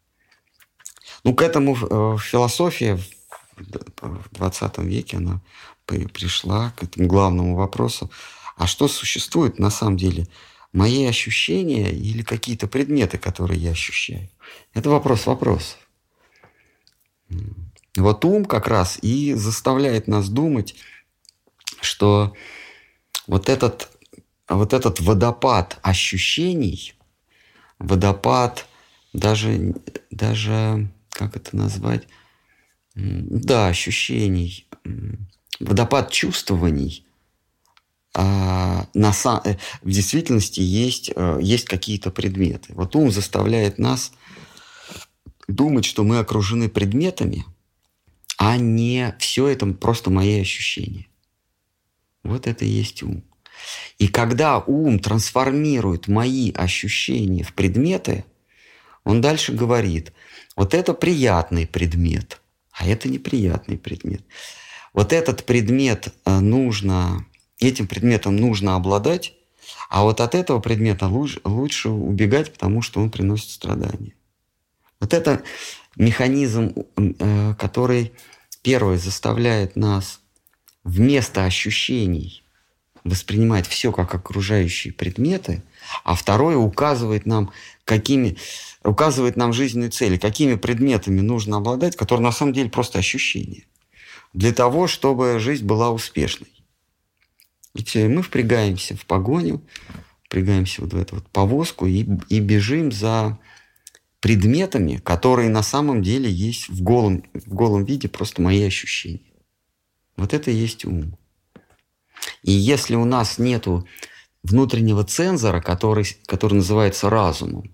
Ну, к этому философия в двадцатом веке, она пришла к этому главному вопросу. А что существует на самом деле? Мои ощущения или какие-то предметы, которые я ощущаю? Это вопрос вопросов. Вот ум как раз и заставляет нас думать, что вот этот, вот этот водопад ощущений, водопад даже, даже, как это назвать, да, ощущений, водопад чувствований, а на, в действительности есть, есть какие-то предметы. Вот ум заставляет нас думать, что мы окружены предметами, а не все это просто мои ощущения. Вот это и есть ум. И когда ум трансформирует мои ощущения в предметы, он дальше говорит, вот это приятный предмет, а это неприятный предмет. Вот этот предмет нужно, этим предметом нужно обладать, а вот от этого предмета лучше, лучше убегать, потому что он приносит страдания. Вот это механизм, который, первый, заставляет нас вместо ощущений воспринимать все как окружающие предметы, а второй указывает нам, какими, указывает нам жизненные цели, какими предметами нужно обладать, которые на самом деле просто ощущения, для того, чтобы жизнь была успешной. И все, и мы впрягаемся в погоню, впрягаемся вот в эту вот повозку и, и бежим за предметами, которые на самом деле есть в голом, в голом виде просто мои ощущения. Вот это и есть ум. И если у нас нету внутреннего цензора, который, который называется разумом,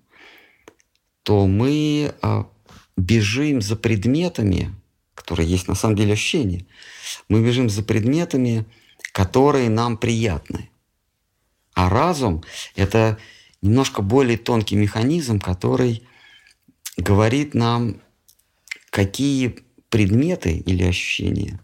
то мы а, бежим за предметами, которые есть на самом деле ощущения. Мы бежим за предметами, которые нам приятны. А разум – это немножко более тонкий механизм, который говорит нам, какие предметы или ощущения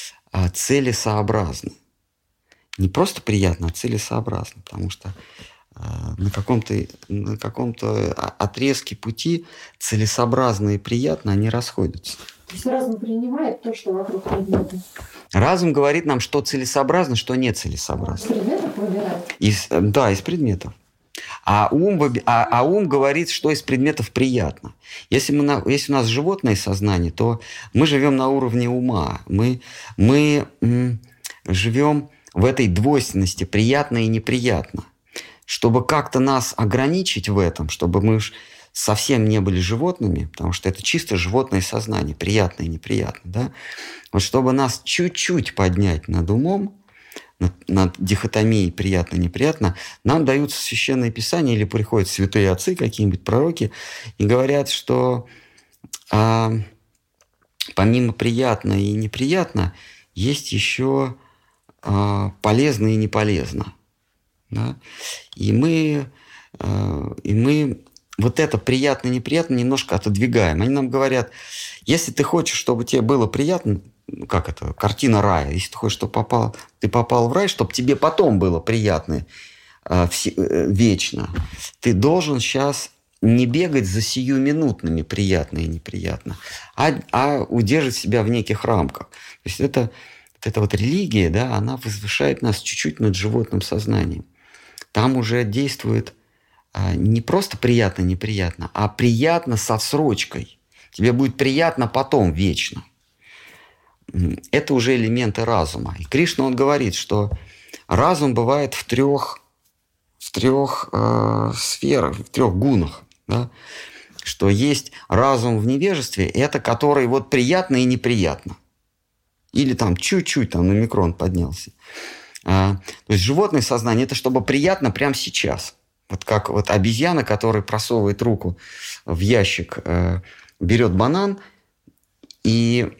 целесообразны. Не просто приятно, а целесообразно, потому что на каком-то, на каком-то отрезке пути целесообразно и приятно они расходятся. То есть разум принимает то, что вокруг предмета? Разум говорит нам, что целесообразно, что нецелесообразно. Из предметов выбирает? Из, да, из предметов. А ум, а, а ум говорит, что из предметов приятно. Если, мы на, если у нас животное сознание, то мы живем на уровне ума. Мы, мы м, живем в этой двойственности приятно и неприятно. Чтобы как-то нас ограничить в этом, чтобы мы совсем не были животными, потому что это чисто животное сознание, приятно и неприятно. Да? Вот чтобы нас чуть-чуть поднять над умом, над, над дихотомией приятно-неприятно, нам даются священные писания или приходят святые отцы, какие-нибудь пророки, и говорят, что а, помимо приятно и неприятно есть еще а, полезно и не полезно. Да? И мы, а, и мы вот это приятно-неприятно немножко отодвигаем. Они нам говорят, если ты хочешь, чтобы тебе было приятно, ну, как это, картина рая. Если ты хочешь, чтобы попал, ты попал в рай, чтобы тебе потом было приятно э, все, э, вечно, ты должен сейчас не бегать за сиюминутными приятно и неприятно, а, а удерживать себя в неких рамках. То есть это, вот эта вот религия, да, она возвышает нас чуть-чуть над животным сознанием. Там уже действует э, не просто приятно-неприятно, а приятно с отсрочкой. Тебе будет приятно потом, вечно. Это уже элементы разума. И Кришна, он говорит, что разум бывает в трех, в трех э, сферах, в трех гунах. Да? Что есть разум в невежестве, это который вот приятно и неприятно. Или там чуть-чуть там на микрон поднялся. А, то есть животное сознание – это чтобы приятно прямо сейчас. Вот как вот обезьяна, которая просовывает руку в ящик, э, берет банан и...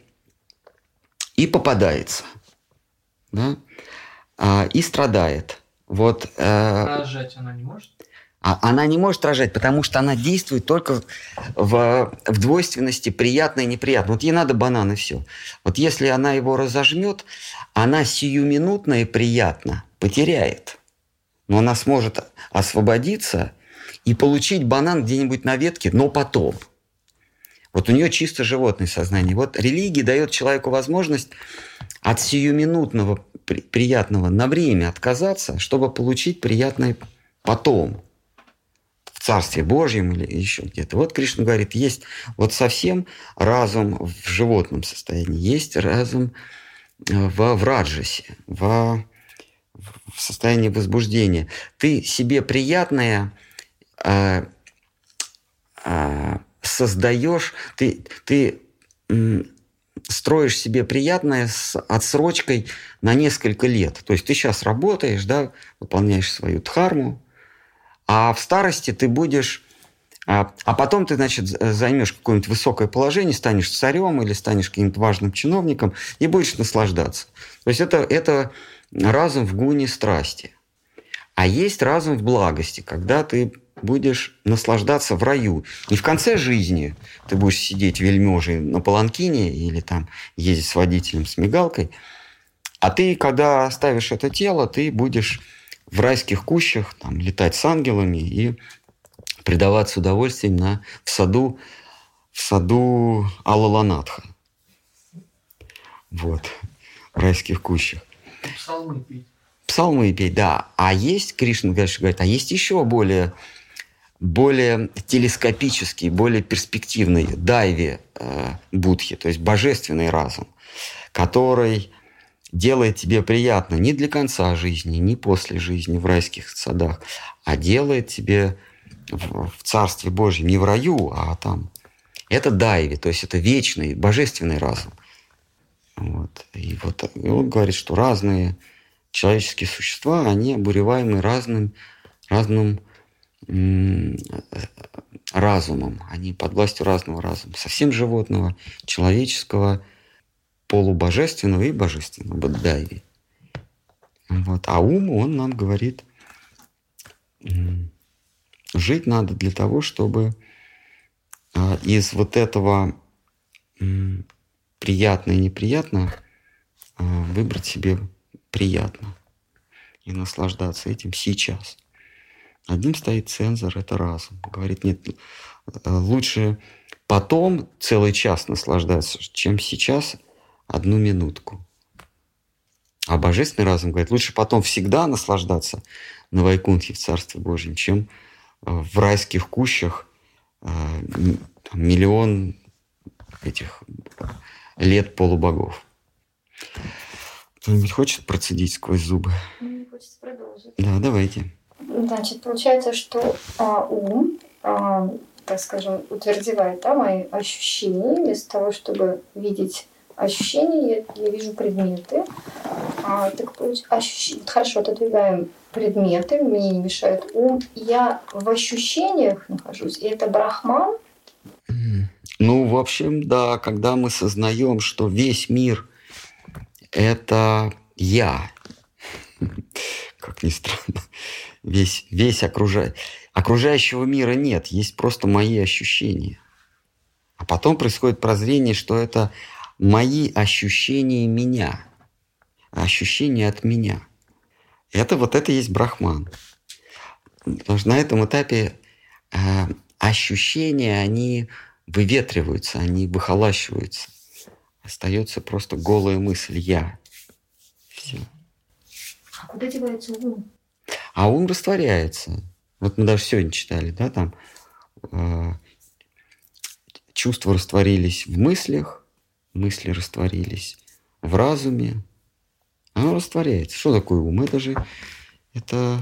и попадается, да? а, и страдает. Вот, э, Рожать она не может? А, она не может рожать, потому что она действует только в, в двойственности приятно и неприятно. Вот ей надо банан и все. Вот если она его разожмет, она сиюминутно и приятно потеряет. Но она сможет освободиться и получить банан где-нибудь на ветке, но потом. Вот у нее чисто животное сознание. Вот религия дает человеку возможность от сиюминутного при- приятного на время отказаться, чтобы получить приятное потом. Царстве Божьем или еще где-то. Вот Кришна говорит, есть вот совсем разум в животном состоянии, есть разум в, в раджасе, в, в состоянии возбуждения. Ты себе приятное э, э, создаешь, ты, ты э, строишь себе приятное с отсрочкой на несколько лет. То есть ты сейчас работаешь, да, выполняешь свою дхарму, а в старости ты будешь... А, а потом ты, значит, займешь какое-нибудь высокое положение, станешь царем или станешь каким-то важным чиновником и будешь наслаждаться. То есть это, это разум в гуне страсти. А есть разум в благости, когда ты будешь наслаждаться в раю. Не в конце жизни ты будешь сидеть вельможей на паланкине или там ездить с водителем с мигалкой, а ты, когда оставишь это тело, ты будешь в райских кущах там, летать с ангелами и предаваться удовольствием на, в саду, в саду Алаланатха. Вот, в райских кущах. Псалмы петь. Псалмы петь, да. А есть, Кришна дальше говорит, а есть еще более, более телескопический, более перспективный дайви э, будхи, то есть божественный разум, который делает тебе приятно не для конца жизни, не после жизни в райских садах, а делает тебе в, в Царстве Божьем, не в раю, а там. Это дайви, то есть это вечный, божественный разум. Вот. И, вот, и он говорит, что разные человеческие существа, они обуреваемы разным, разным м- разумом. Они под властью разного разума. Совсем животного, человеческого, полубожественного и божественного, баддайви. Вот. А ум, он нам говорит, жить надо для того, чтобы из вот этого приятно и неприятно выбрать себе приятно и наслаждаться этим сейчас. Одним стоит цензор, это разум. Говорит, нет, лучше потом целый час наслаждаться, чем сейчас одну минутку. А божественный разум говорит, лучше потом всегда наслаждаться на Вайкунтхе в Царстве Божьем, чем в райских кущах миллион этих лет полубогов. Кто-нибудь хочет процедить сквозь зубы? Мне хочется продолжить. Да, давайте. Значит, получается, что а, ум, а, так скажем, утвердевает да, мои ощущения. Вместо того, чтобы видеть ощущения, я, я вижу предметы. А, так ощущ... Хорошо, отодвигаем предметы, мне не мешает ум. Я в ощущениях нахожусь, и это брахман. Ну, в общем, да, когда мы сознаем, что весь мир – это я, как ни странно, весь, весь окружающий, окружающего мира нет, есть просто мои ощущения. А потом происходит прозрение, что это мои ощущения меня, ощущения от меня. Это вот это есть брахман. Потому что на этом этапе э, ощущения, они выветриваются, они выхолащиваются. Остается просто голая мысль «я». Все. А куда девается ум? А ум растворяется. Вот мы даже сегодня читали, да, там э, чувства растворились в мыслях, мысли растворились в разуме. Оно растворяется. Что такое ум? Это же это,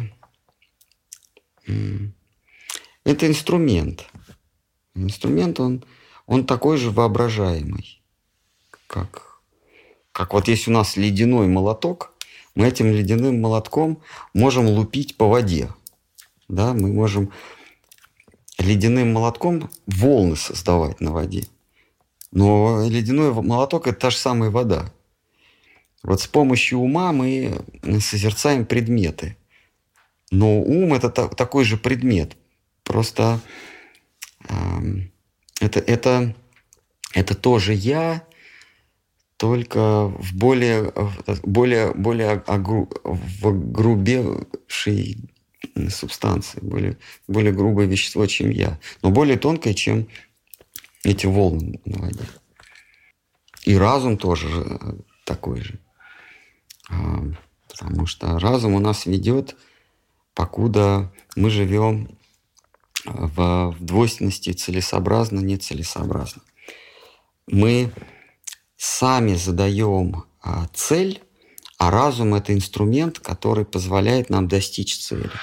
это инструмент. Инструмент, он, он такой же воображаемый, как, как вот есть у нас ледяной молоток, мы этим ледяным молотком можем лупить по воде. Да? Мы можем ледяным молотком волны создавать на воде. Но ледяной молоток – это та же самая вода. Вот с помощью ума мы созерцаем предметы. Но ум – это та, такой же предмет. Просто э, это, это, это тоже я, только в более, более, более огру, в грубейшей субстанции, более, более грубое вещество, чем я. Но более тонкое, чем эти волны на воде. И разум тоже такой же. Потому что разум у нас ведет, покуда мы живем в, в двойственности целесообразно, нецелесообразно. Мы сами задаем а, цель, а разум – это инструмент, который позволяет нам достичь цели.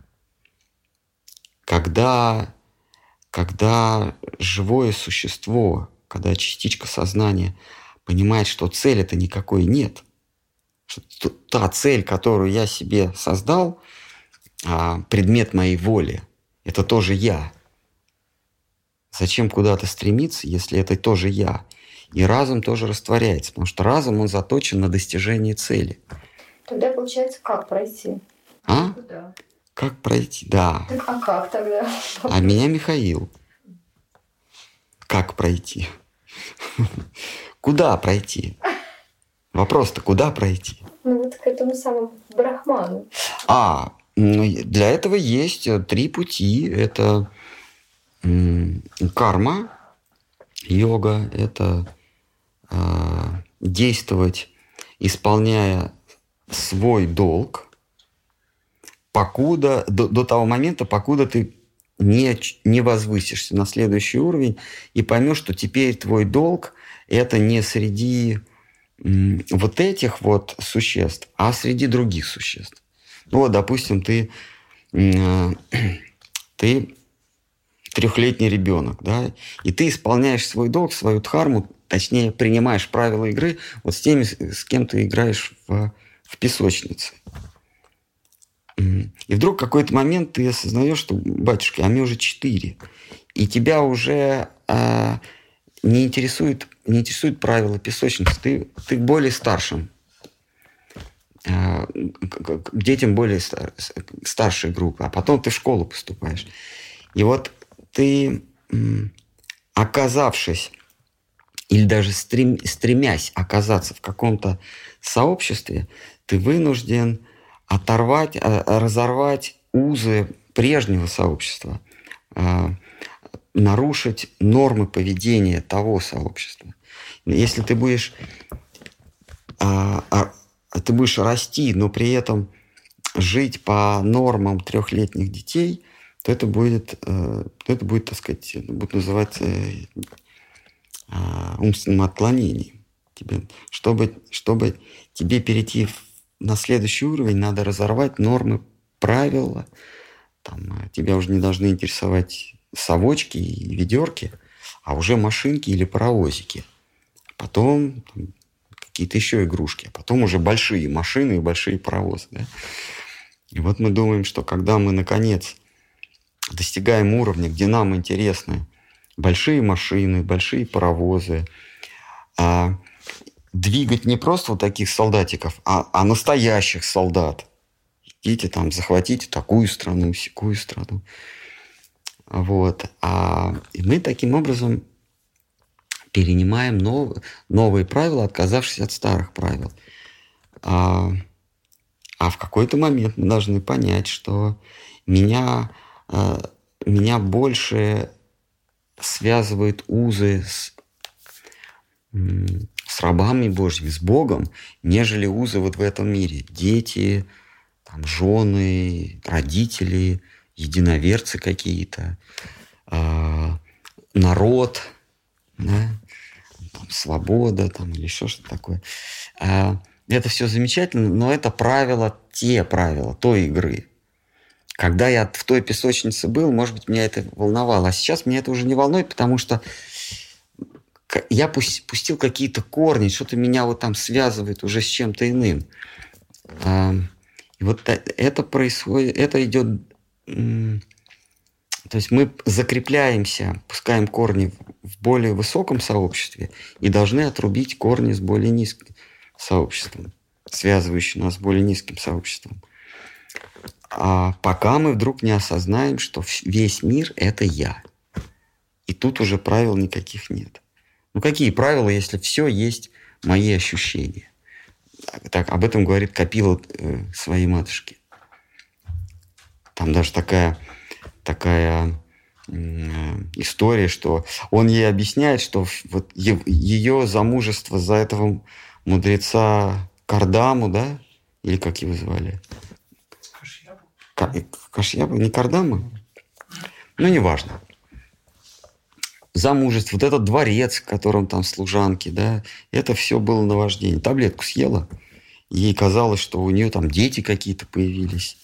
Когда, когда живое существо, когда частичка сознания понимает, что цели-то никакой нет, что та цель, которую я себе создал, а, предмет моей воли, это тоже я. Зачем куда-то стремиться, если это тоже я? И разум тоже растворяется, потому что разум, он заточен на достижение цели. Тогда получается, как пройти? А? Куда? Как пройти? Да. Так, а как тогда? А меня Михаил. Как пройти? Куда пройти? Вопрос-то, куда пройти? Ну вот к этому самому брахману. А, для этого есть три пути. Это м, карма, йога, это э, действовать, исполняя свой долг, покуда, до, до того момента, покуда ты не, не возвысишься на следующий уровень и поймешь, что теперь твой долг – это не среди м, вот этих вот существ, а среди других существ. Ну вот, допустим, ты, э, ты трехлетний ребенок, да, и ты исполняешь свой долг, свою дхарму, точнее, принимаешь правила игры вот с теми, с кем ты играешь в, в песочнице. И вдруг в какой-то момент ты осознаешь, что, батюшка, а мне уже четыре, и тебя уже а, не интересует, не интересует правила песочницы, ты, ты к более старшим, а, к, к детям более стар, старшей группы, а потом ты в школу поступаешь. И вот ты, оказавшись или даже стрем, стремясь оказаться в каком-то сообществе, ты вынужден оторвать, разорвать узы прежнего сообщества, нарушить нормы поведения того сообщества. Если ты будешь, ты будешь расти, но при этом жить по нормам трехлетних детей, то это будет, то это будет, так сказать, будет называться умственным отклонением. Тебе, чтобы, чтобы тебе перейти на следующий уровень, надо разорвать нормы, правила. Там, тебя уже не должны интересовать совочки и ведерки, а уже машинки или паровозики. Потом там, какие-то еще игрушки, а потом уже большие машины и большие паровозы. Да? И вот мы думаем, что когда мы, наконец, достигаем уровня, где нам интересны большие машины, большие паровозы, а двигать не просто вот таких солдатиков, а, а настоящих солдат. Идите там, захватите такую страну, сякую страну. Вот. А, и мы таким образом перенимаем нов, новые правила, отказавшись от старых правил. А, а в какой-то момент мы должны понять, что меня... меня больше связывают узы с, с рабами Божьими, с Богом, нежели узы вот в этом мире. Дети, там, жены, родители, единоверцы какие-то, э, народ, да, там, свобода там, или еще что-то такое. Э, это все замечательно, но это правила, те правила той игры. Когда я в той песочнице был, может быть, меня это волновало. А сейчас меня это уже не волнует, потому что я пустил какие-то корни, что-то меня вот там связывает уже с чем-то иным. И вот это происходит, это идет... То есть мы закрепляемся, пускаем корни в более высоком сообществе и должны отрубить корни с более низким сообществом, связывающим нас с более низким сообществом. А пока мы вдруг не осознаем, что весь мир – это я. И тут уже правил никаких нет. Ну какие правила, если все есть мои ощущения? Так, об этом говорит Капила э, своей матушке. Там даже такая, такая э, история, что он ей объясняет, что вот е- ее замужество за этого мудреца Кардаму, да? Или как его звали? Кашьябу, не Кардама? Ну, неважно. Замужество, вот этот дворец, в котором там служанки, да, это все было наваждение. Таблетку съела, ей казалось, что у нее там дети какие-то появились.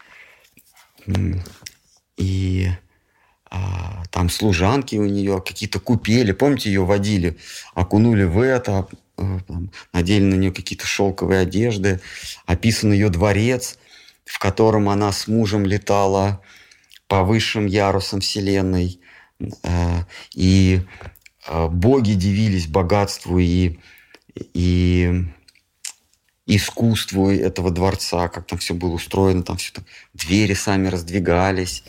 И а, там служанки у нее, какие-то купели, помните, ее водили, окунули в это, там, надели на нее какие-то шелковые одежды, описан ее дворец, в котором она с мужем летала по высшим ярусам Вселенной. И боги дивились богатству и, и искусству этого дворца, как там все было устроено, там все там, двери сами раздвигались.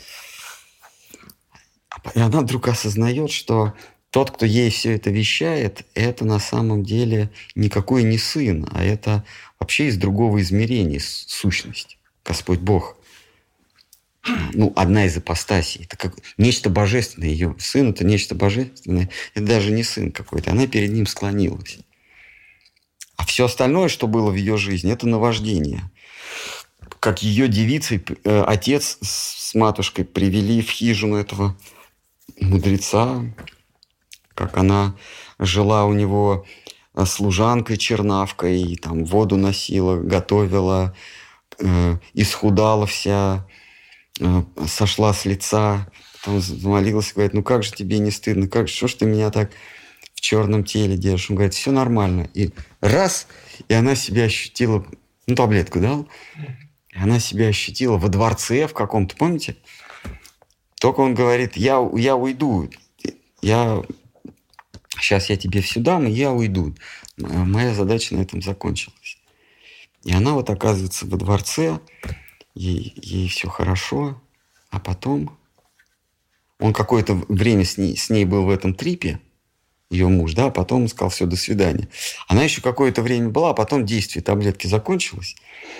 И она вдруг осознает, что тот, кто ей все это вещает, это на самом деле никакой не сын, а это вообще из другого измерения сущность, Господь Бог. Ну, одна из ипостасей. Это как нечто божественное. Ее сын – это нечто божественное. Это даже не сын какой-то. Она перед ним склонилась. А все остальное, что было в ее жизни, это наваждение. Как ее девицей э, отец с матушкой привели в хижину этого мудреца, как она жила у него служанкой, чернавкой, и там воду носила, готовила, э, исхудала вся, сошла с лица, там молилась, говорит, ну как же тебе не стыдно, как, что ж ты меня так в черном теле держишь? Он говорит, все нормально. И раз, и она себя ощутила, ну таблетку дал, и она себя ощутила во дворце в каком-то, помните? Только он говорит, я, я уйду, я, сейчас я тебе все дам, и я уйду. Моя задача на этом закончилась. И она вот оказывается во дворце, Ей, ей все хорошо, а потом он какое-то время с ней, с ней был в этом трипе, ее муж, да, а потом сказал, все, до свидания. Она еще какое-то время была, а потом действие таблетки закончилось.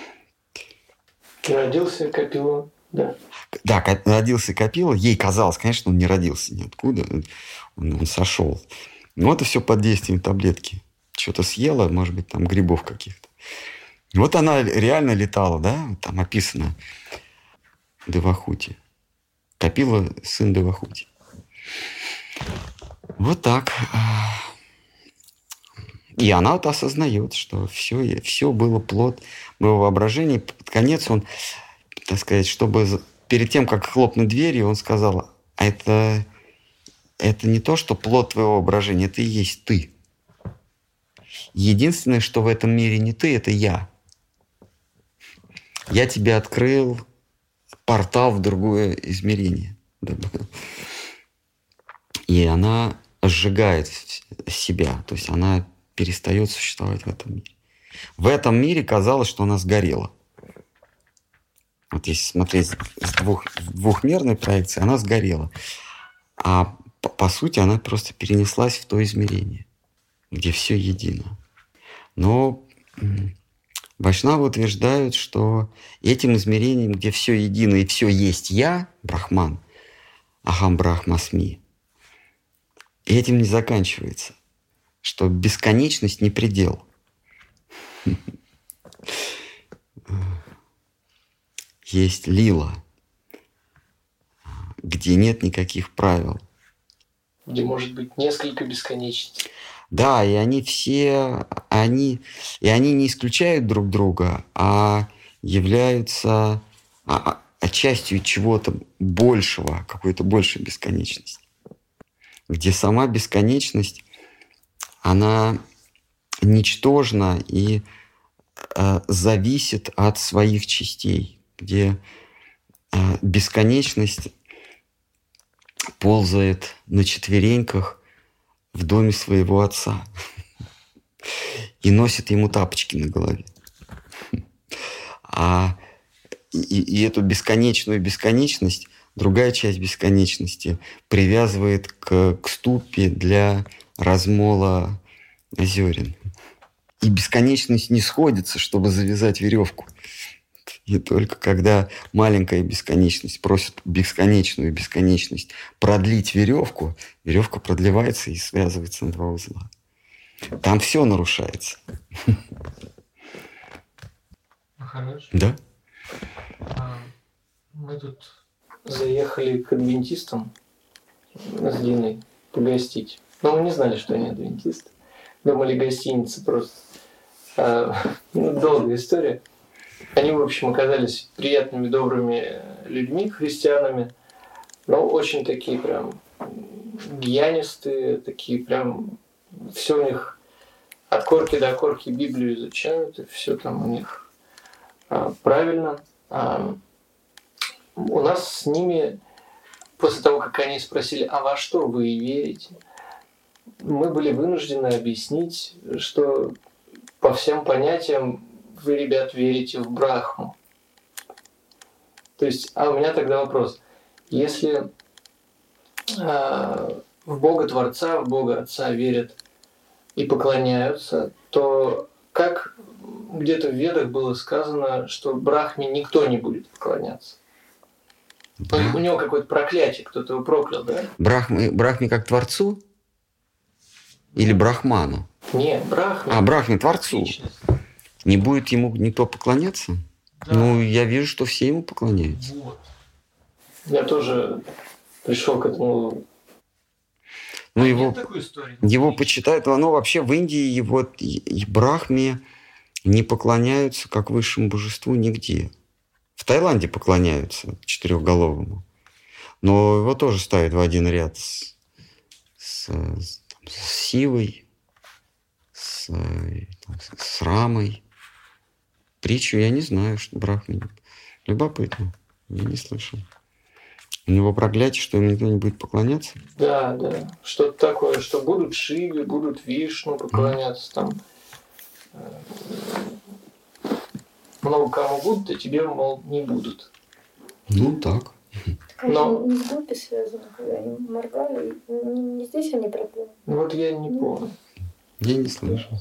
Родился Капила, да. Да, родился Капила, ей казалось, конечно, он не родился ниоткуда, он, он сошел. Но это все под действием таблетки. Что-то съела, может быть, там грибов каких-то. Вот она реально летала, да, там описано Девахути. Капила сын Девахути. Вот так. И она вот осознает, что все, все было плод моего воображения. Под конец он, так сказать, чтобы перед тем, как хлопнуть дверью, он сказал, а это, это не то, что плод твоего воображения, это и есть ты. Единственное, что в этом мире не ты, это я. Я тебе открыл портал в другое измерение. И она сжигает себя. То есть она перестает существовать в этом мире. В этом мире казалось, что она сгорела. Вот если смотреть с двух, двухмерной проекции, она сгорела. А по, по сути она просто перенеслась в то измерение, где все едино. Но вайшнавы утверждают, что этим измерением, где все едино и все есть я, Брахман, Ахам Брахмасми, этим не заканчивается, что бесконечность не предел. Есть лила, где нет никаких правил. Где может быть несколько бесконечностей. Да, и они все, они, и они не исключают друг друга, а являются а, а, частью чего-то большего, какой-то большей бесконечности. Где сама бесконечность, она ничтожна и э, зависит от своих частей, где э, бесконечность ползает на четвереньках в доме своего отца и носит ему тапочки на голове. А и, и эту бесконечную бесконечность, другая часть бесконечности привязывает к, к ступе для размола зерен. И бесконечность не сходится, чтобы завязать веревку. И только когда маленькая бесконечность просит бесконечную бесконечность продлить веревку, веревка продлевается и связывается на два узла. Там все нарушается. Хорошо. Да? А, мы тут заехали к адвентистам с Диной погостить. Но мы не знали, что они адвентисты. Думали, гостиница просто. А, ну, долгая история. Они, в общем, оказались приятными, добрыми людьми, христианами, но очень такие прям гьянистые, такие прям... Все у них от корки до корки Библию изучают, и все там у них а, правильно. А, у нас с ними, после того, как они спросили, а во что вы верите, мы были вынуждены объяснить, что по всем понятиям вы, ребят, верите в Брахму. То есть, а у меня тогда вопрос. Если э, в Бога Творца, в Бога Отца верят и поклоняются, то как где-то в Ведах было сказано, что Брахме никто не будет поклоняться? Брах... У него какое-то проклятие, кто-то его проклял, да? Брахме, Брахме как Творцу? Или Брахману? Нет, Брахме. А, Брахме, Творцу. Личность. Не будет ему никто поклоняться? Да. Ну, я вижу, что все ему поклоняются. Вот. Я тоже пришел к этому. Ну, его, такой истории? его почитают, но вообще в Индии его и Брахме не поклоняются как высшему божеству нигде. В Таиланде поклоняются четырехголовому, но его тоже ставят в один ряд с, с, с, с Сивой, с, там, с Рамой. Притчу я не знаю, что Брахме. Любопытно, я не слышал. У него проклятие, что ему никто не будет поклоняться? Да, да. Что-то такое, что будут Шиве, будут Вишну поклоняться там. Много кому будут, а тебе, мол, не будут. Ну, так. Так Но... не с Гопи связано, когда они моргали. Не, не здесь они пропали. Ну, вот я не помню. Я не слышал.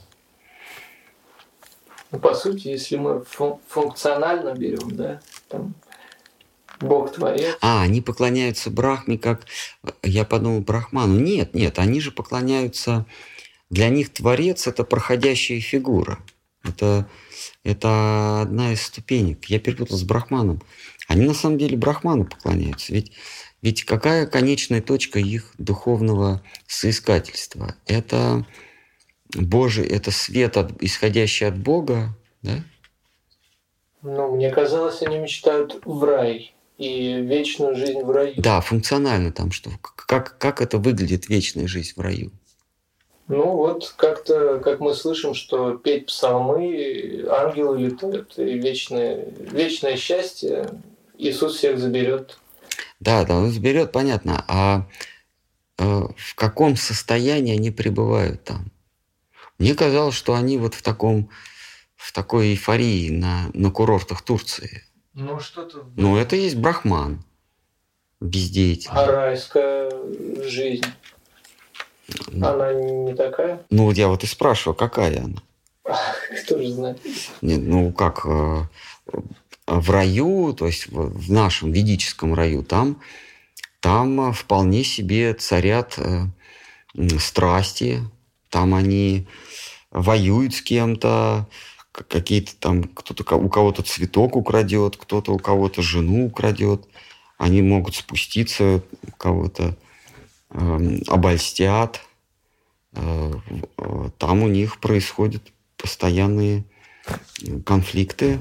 Ну, по сути, если мы фун- функционально берем, да, там, Бог Творец. А, они поклоняются Брахме, как... Я подумал, Брахману. Нет, нет, они же поклоняются... Для них Творец — это проходящая фигура. Это, это одна из ступенек. Я перепутал с Брахманом. Они на самом деле Брахману поклоняются. Ведь, ведь какая конечная точка их духовного соискательства? Это Божий, это свет, от, исходящий от Бога, да? Ну, мне казалось, они мечтают в рай и вечную жизнь в раю. Да, функционально там что? Как, как это выглядит вечная жизнь в раю? Ну вот как-то, как мы слышим, что петь псалмы, ангелы летают, и вечное, вечное счастье Иисус всех заберет. Да, да, он заберет, понятно. А э, в каком состоянии они пребывают там? Мне казалось, что они вот в таком, в такой эйфории на, на курортах Турции. Ну что-то. Ну это и есть Брахман, бездеятельный. А райская жизнь? Она не такая? Ну вот я вот и спрашиваю, какая она? Кто же знает? Нет, ну как э, в раю, то есть в, в нашем ведическом раю, там, там вполне себе царят э, страсти, там они воюют с кем-то, какие-то там, кто-то у кого-то цветок украдет, кто-то у кого-то жену украдет, они могут спуститься, кого-то э, обольстят. Э, там у них происходят постоянные конфликты,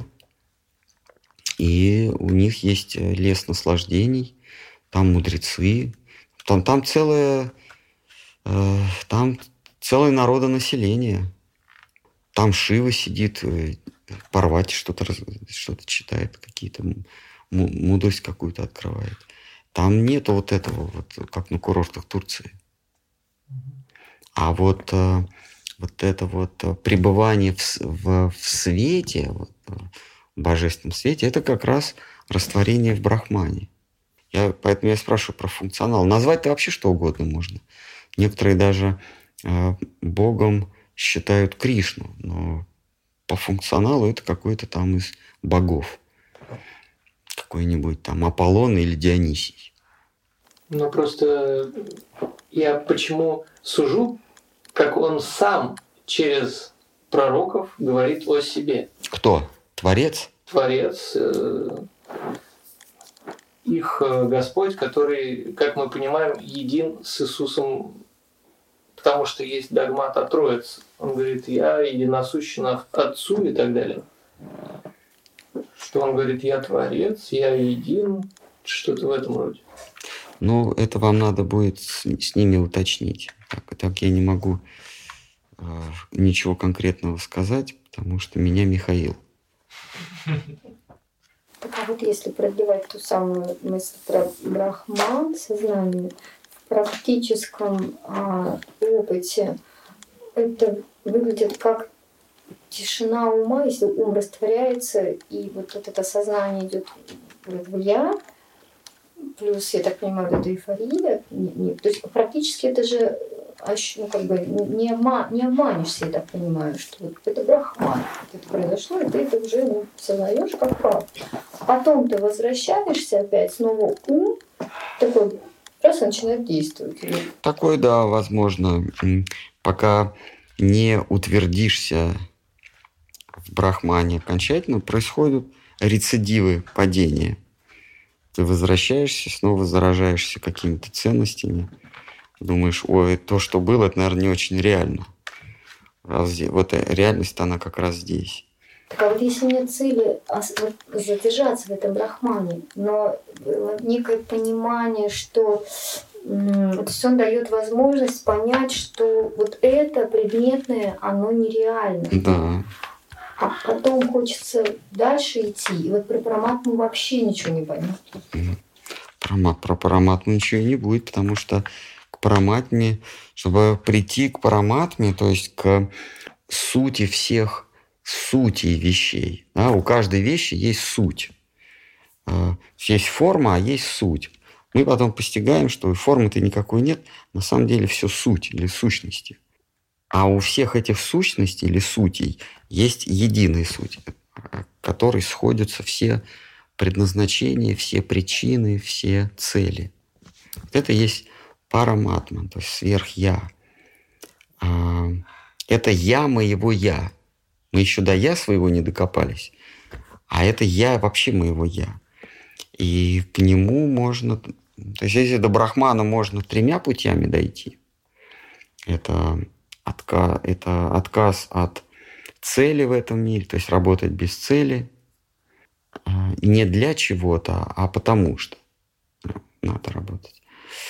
и у них есть лес наслаждений, там мудрецы, там, там целое, э, там целое народонаселение. Там Шива сидит, Парвати что-то, что-то читает, какие-то мудрость какую-то открывает. Там нету вот этого, вот, как на курортах Турции. А вот, вот это вот пребывание в, в, в свете, вот, в божественном свете, это как раз растворение в Брахмане. Я, поэтому я спрашиваю про функционал. Назвать-то вообще что угодно можно. Некоторые даже э, Богом считают Кришну, но по функционалу это какой-то там из богов. Какой-нибудь там Аполлон или Дионисий. Ну просто я почему сужу, как он сам через пророков говорит о себе. Кто? Творец? Творец. Э, их Господь, который, как мы понимаем, един с Иисусом, потому что есть догмат о Троице. Он говорит, я единосущен Отцу и так далее. Что он говорит, я Творец, я един, что-то в этом роде. Ну, это вам надо будет с, с ними уточнить. Так, так я не могу э, ничего конкретного сказать, потому что меня Михаил. Так а вот если продлевать ту самую мысль про брахман, сознание, в практическом а, опыте это выглядит как тишина ума, если ум растворяется, и вот, вот это сознание идет в я, плюс, я так понимаю, это эйфория. Не, не, то есть практически это же ну, как бы не, обма, не обманешься, я так понимаю, что вот это брахман, это произошло, и ты это уже ну, сознаешь как правду. Потом ты возвращаешься опять, снова ум такой раз начинает действовать. Такое, да, возможно. Пока не утвердишься в брахмане окончательно, происходят рецидивы падения. Ты возвращаешься, снова заражаешься какими-то ценностями. Думаешь, ой, то, что было, это, наверное, не очень реально. Вот реальность, она как раз здесь. Так а вот если нет цели задержаться в этом брахмане, но некое понимание, что то есть он дает возможность понять, что вот это предметное, оно нереально. Да. А потом хочется дальше идти, и вот про параматму вообще ничего не понятно. Про, про параматму ничего и не будет, потому что к параматме, чтобы прийти к параматме, то есть к сути всех сутей вещей, да, у каждой вещи есть суть. Есть форма, а есть суть. Мы потом постигаем, что формы-то никакой нет, на самом деле все суть или сущности. А у всех этих сущностей или сутей есть единая суть, к которой сходятся все предназначения, все причины, все цели. Это есть параматма, то есть сверх-я. Это я моего я. Мы еще до я своего не докопались, а это я вообще моего я. И к нему можно... То есть если до брахмана можно тремя путями дойти, это... Отка... Это отказ от цели в этом мире, то есть работать без цели, не для чего-то, а потому что надо работать.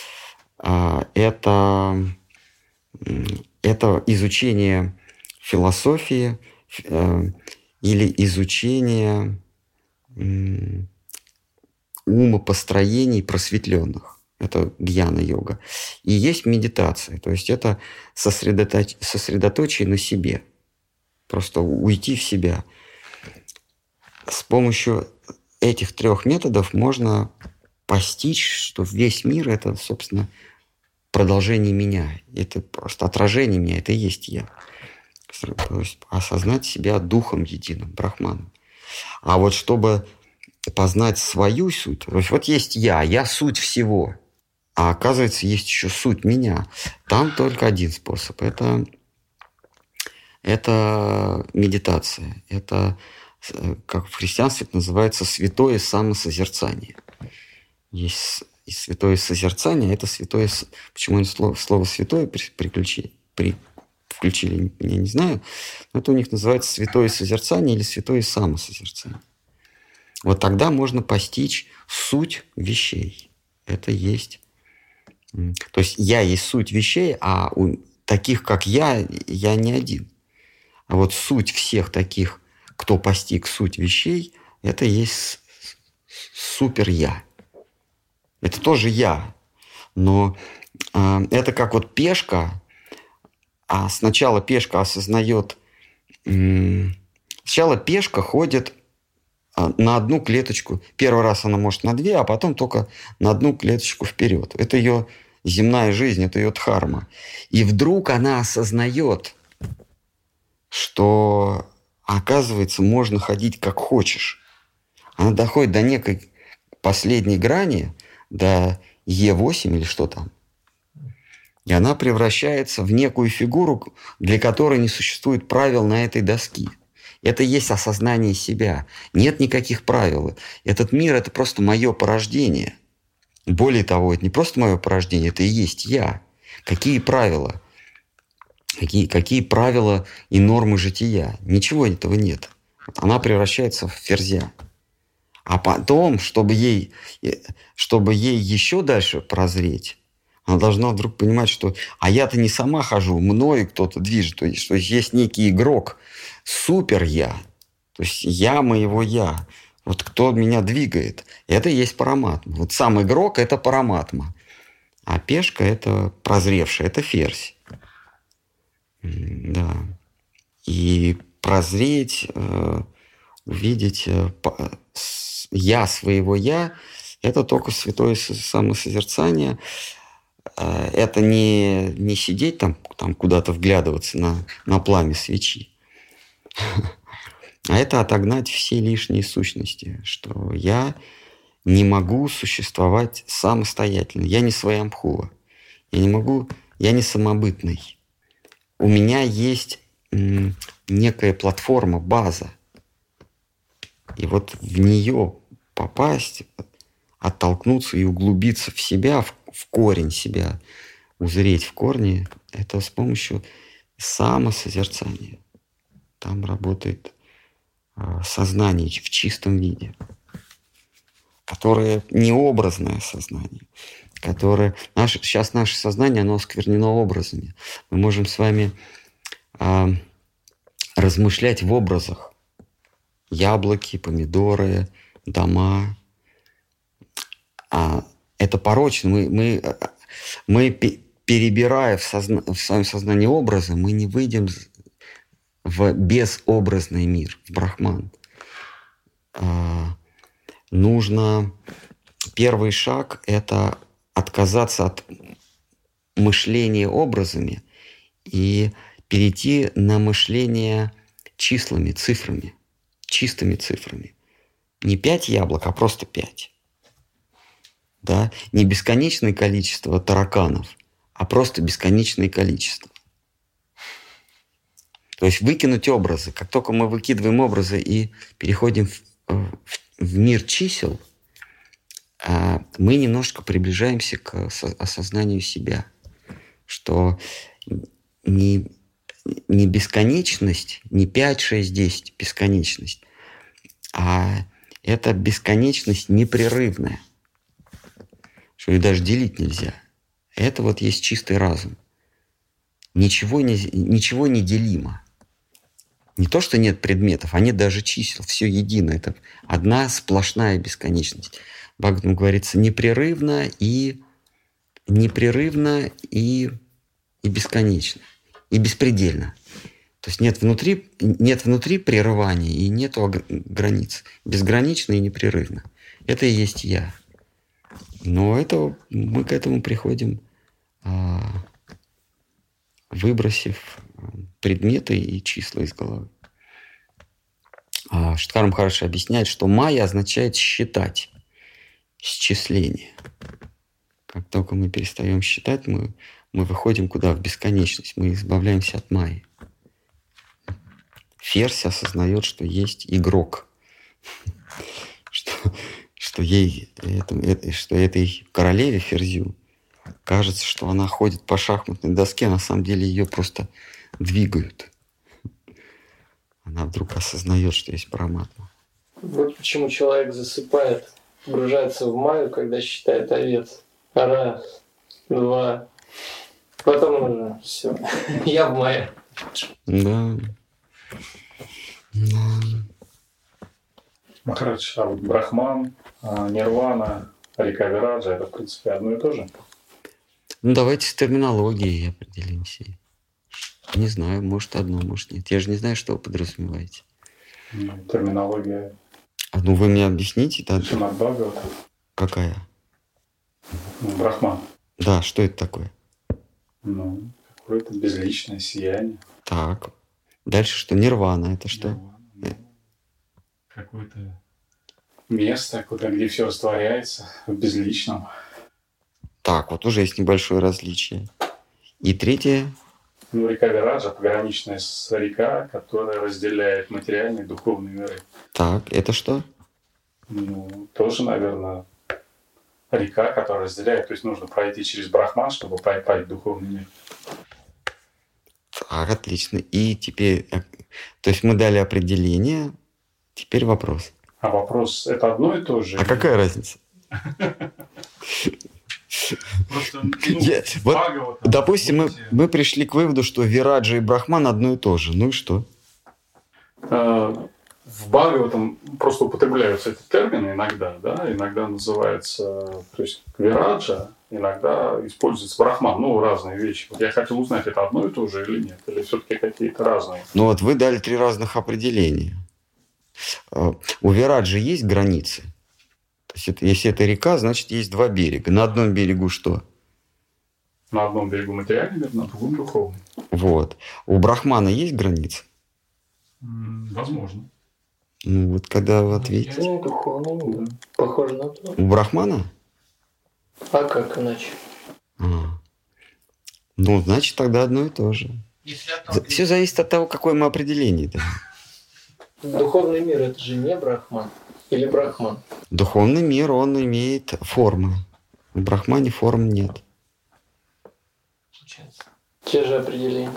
Это, это изучение философии или изучение умопостроений просветленных. Это гьяна-йога. И есть медитация, то есть это сосредоточ... сосредоточие на себе. Просто уйти в себя. С помощью этих трех методов можно постичь, что весь мир — это, собственно, продолжение меня. Это просто отражение меня, это и есть я. То есть осознать себя духом единым, брахманом. А вот чтобы познать свою суть, то есть вот есть я, я суть всего. А оказывается, есть еще суть меня. Там только один способ. Это, это медитация. Это, как в христианстве это называется, святое самосозерцание. Есть и святое созерцание, это святое... Почему слово, слово «святое» приключили, при, включили, я не знаю. Но это у них называется святое созерцание или святое самосозерцание. Вот тогда можно постичь суть вещей. Это есть... То есть я есть суть вещей, а у таких, как я, я не один. А вот суть всех таких, кто постиг суть вещей, это есть супер-я. Это тоже я. Но э, это как вот пешка, а сначала пешка осознает... Э, сначала пешка ходит на одну клеточку. Первый раз она может на две, а потом только на одну клеточку вперед. Это ее земная жизнь, это ее дхарма. И вдруг она осознает, что, оказывается, можно ходить как хочешь. Она доходит до некой последней грани, до Е восемь или что там. И она превращается в некую фигуру, для которой не существует правил на этой доске. Это есть осознание себя. Нет никаких правил. Этот мир – это просто мое порождение. Более того, это не просто мое порождение, это и есть я. Какие правила? Какие, какие правила и нормы жития? Ничего этого нет. Она превращается в ферзя. А потом, чтобы ей, чтобы ей еще дальше прозреть, она должна вдруг понимать, что а я-то не сама хожу, мною кто-то движет. То есть, что есть некий игрок, супер я. То есть я моего я. Вот кто меня двигает. Это и есть параматма. Вот сам игрок – это параматма. А пешка – это прозревшая, это ферзь. Да. И прозреть, увидеть я своего я – это только святое самосозерцание. Это не, не сидеть там, там куда-то вглядываться на, на пламя свечи. А это отогнать все лишние сущности, что я не могу существовать самостоятельно. Я не своямхула. Я не могу, я не самобытный. У меня есть м, некая платформа, база. И вот в нее попасть, оттолкнуться и углубиться в себя, в, в корень себя, узреть в корне, это с помощью самосозерцания. Там работает сознание в чистом виде, которое не образное сознание, которое... Наше, сейчас наше сознание, оно осквернено образами. Мы можем с вами а, размышлять в образах. Яблоки, помидоры, дома. А, это порочно. Мы, мы, мы перебирая в, созна... в своем сознании образы, мы не выйдем в безобразный мир, в брахман. А, нужно... Первый шаг – это отказаться от мышления образами и перейти на мышление числами, цифрами, чистыми цифрами. Не пять яблок, а просто пять. Да? Не бесконечное количество тараканов, а просто бесконечное количество. То есть выкинуть образы. Как только мы выкидываем образы и переходим в, в, в мир чисел, мы немножко приближаемся к осознанию себя. Что не, не бесконечность, не пять, шесть, десять бесконечность, а это бесконечность непрерывная. Что ее даже делить нельзя. Это вот есть чистый разум. Ничего не, ничего не делимо. Не то, что нет предметов, а нет даже чисел. Все едино. Это одна сплошная бесконечность. В Бхагаватам говорится непрерывно и непрерывно и, и бесконечно. И беспредельно. То есть нет внутри, нет внутри прерывания и нет границ. Безгранично и непрерывно. Это и есть я. Но это, мы к этому приходим, выбросив предметы и числа из головы. А Штхар Махарадж объясняет, что майя означает считать, счисление. Как только мы перестаем считать, мы, мы выходим куда? В бесконечность. Мы избавляемся от майи. Ферзь осознает, что есть игрок. Что, что, ей, это, это, что этой королеве Ферзю кажется, что она ходит по шахматной доске, а на самом деле ее просто двигают. Она вдруг осознает, что есть параматма. Вот почему человек засыпает, погружается в майю, когда считает овец. Раз, два, потом уже все. Я в мае. Да. Да. Махарадж, а вот Брахман, Нирвана, Рика Вираджа, это в принципе одно и то же? Ну, давайте с терминологией определимся. Не знаю, может одно, может нет. Я же не знаю, что вы подразумеваете. Ну, терминология. А ну вы мне объясните, да? Шримад Бхагавата. Какая? Ну, Брахман. Да, что это такое? Ну, какое-то безличное сияние. Так. Дальше что? Нирвана, это что? Ну, ну, какое-то место, куда, где все растворяется в безличном. Так, вот уже есть небольшое различие. И третье? Ну, река Вираджа – пограничная река, которая разделяет материальные и духовные миры. Так, это что? Ну, тоже, наверное, река, которая разделяет. То есть нужно пройти через Брахман, чтобы попасть в духовный мир. Так, отлично. И теперь, то есть мы дали определение, теперь вопрос. А вопрос – это одно и то же? А какая разница? Просто, ну, Я, вот, Бхагавата, допустим, мы, видите, мы пришли к выводу, что Вираджа и Брахман одно и то же. Ну и что? э, в Бхагаватам просто употребляются эти термины иногда, да, иногда называется, то есть Вираджа, иногда используется Брахман, ну, разные вещи. Вот я хотел узнать, это одно и то же или нет, или все-таки какие-то разные. Ну вот вы дали три разных определения. У Вираджи есть границы? То есть это, если это река, значит есть два берега. На одном берегу что? На одном берегу материальный мир, на другом духовный. Вот. У Брахмана есть границы? М, Возможно. Ну вот когда вы ответите. Ну, духовный, да. Похоже на то. У Брахмана? А как иначе? А. Ну, значит, тогда одно и то же. Все зависит от того, какое мы определение даем. Духовный мир – это же не Брахман или Брахман? Духовный мир, он имеет формы. В Брахмане форм нет. Те же определения.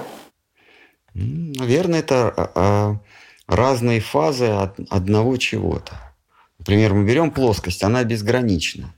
М, Наверное, это а, а, разные фазы от одного чего-то. Например, мы берем плоскость, она безгранична.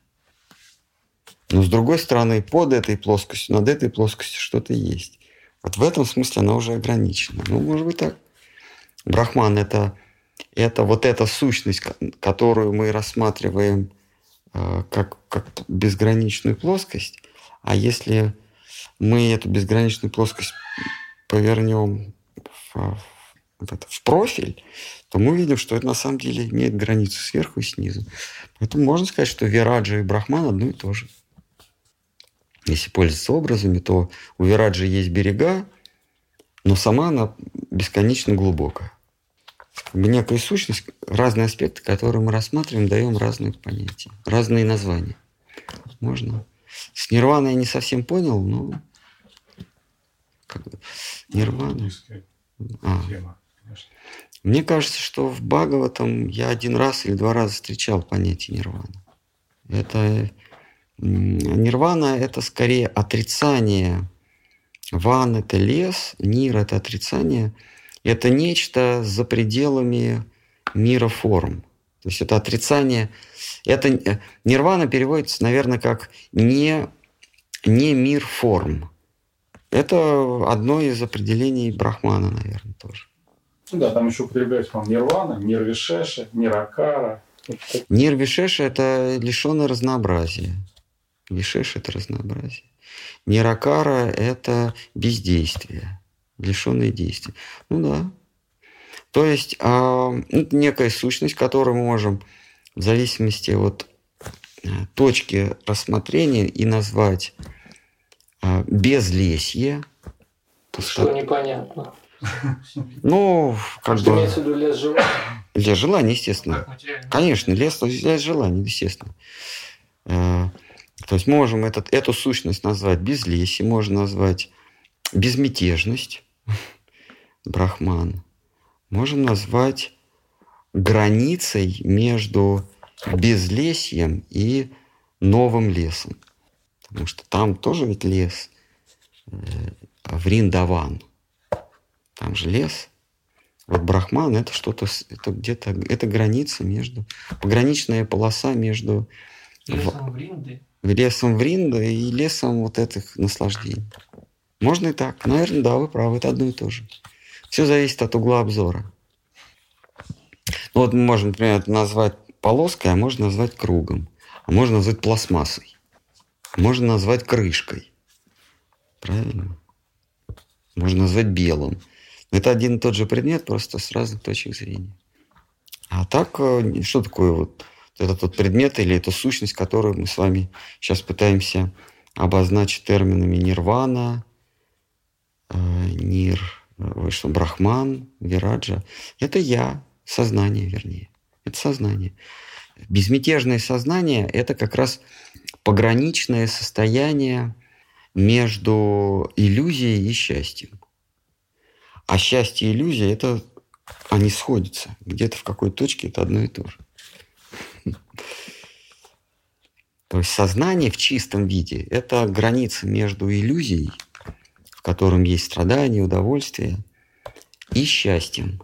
Но с другой стороны, под этой плоскостью, над этой плоскостью что-то есть. Вот в этом смысле она уже ограничена. Ну, может быть так. Брахман это, – это вот эта сущность, ко- которую мы рассматриваем э, как, как безграничную плоскость. А если мы эту безграничную плоскость повернем в, в это, в профиль, то мы увидим, что это на самом деле имеет границу сверху и снизу. Поэтому можно сказать, что Вираджа и Брахман одно и то же. Если пользоваться образами, то у Вираджи есть берега, но сама она бесконечно глубокая. Как бы некая сущность, разные аспекты, которые мы рассматриваем, даем разные понятия, разные названия. Можно. С нирваной я не совсем понял, но как бы, нирвана. Буддийская А. тема, конечно. Мне кажется, что в Бхагаватам я один раз или два раза встречал понятие нирвана. Это м, нирвана – это скорее отрицание. Ван – это лес, нир – это отрицание. Это нечто за пределами мира форм. То есть это отрицание. Это, э, нирвана переводится, наверное, как не, не мир форм. Это одно из определений Брахмана, наверное, тоже. Ну да, там еще употребляется, по-моему, нирвана, нирвишеша, ниракара. Нир вишеша – это лишенное разнообразия. Вишеша – это разнообразие. Ниракара – это бездействие, лишенное действия. Ну да. То есть а, это некая сущность, которую мы можем в зависимости от а, точки рассмотрения и назвать а, безлесье. То есть, Что непонятно. ну, как Что бы... имеется в виду лес желания? Лес желания, естественно. Конечно, лес, лес желания, естественно. Э, То есть можем этот, эту сущность назвать безлесие, можно назвать безмятежность, Брахман. Можем назвать границей между безлесьем и новым лесом. Потому что там тоже ведь лес, э, Вриндаван. Там же лес. Вот Брахман – это что-то, это где-то, это граница между, пограничная полоса между Лесом Вринды. лесом Вринда и лесом вот этих наслаждений. Можно и так. Наверное, да, вы правы, это одно и то же. Все зависит от угла обзора. Ну, вот мы можем, например, это назвать полоской, а можно назвать кругом. А можно назвать пластмассой. Можно назвать крышкой. Правильно? Можно назвать белым. Это один и тот же предмет, просто с разных точек зрения. А так, что такое вот этот вот предмет или эта сущность, которую мы с вами сейчас пытаемся обозначить терминами нирвана, э, нир, э, что, брахман, вираджа. Это я, сознание, вернее. Это сознание. Безмятежное сознание – это как раз пограничное состояние между иллюзией и счастьем. А счастье и иллюзия, это они сходятся. Где-то в какой-то точке это одно и то же. То есть сознание в чистом виде – это граница между иллюзией, в котором есть страдание, удовольствие, и счастьем.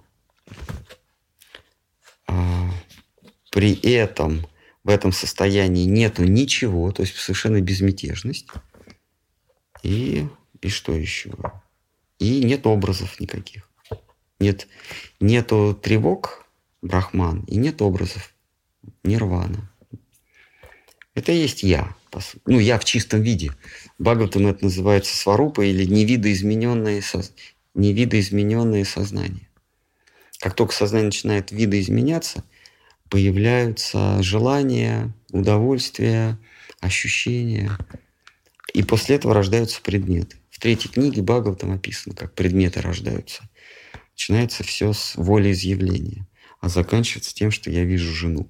А при этом в этом состоянии нету ничего, то есть совершенно безмятежность. И, и что еще? И нет образов никаких. Нет, нету тревог, брахман, и нет образов, нирвана. Это и есть я. Ну, я в чистом виде. Бхагаватам это называется сварупа или невидоизмененное, соз... невидоизмененное сознание. Как только сознание начинает видоизменяться, появляются желания, удовольствия, ощущения. И после этого рождаются предметы. В третьей книге Бхагаватам описано, как предметы рождаются. Начинается все с волеизъявления, а заканчивается тем, что я вижу жену.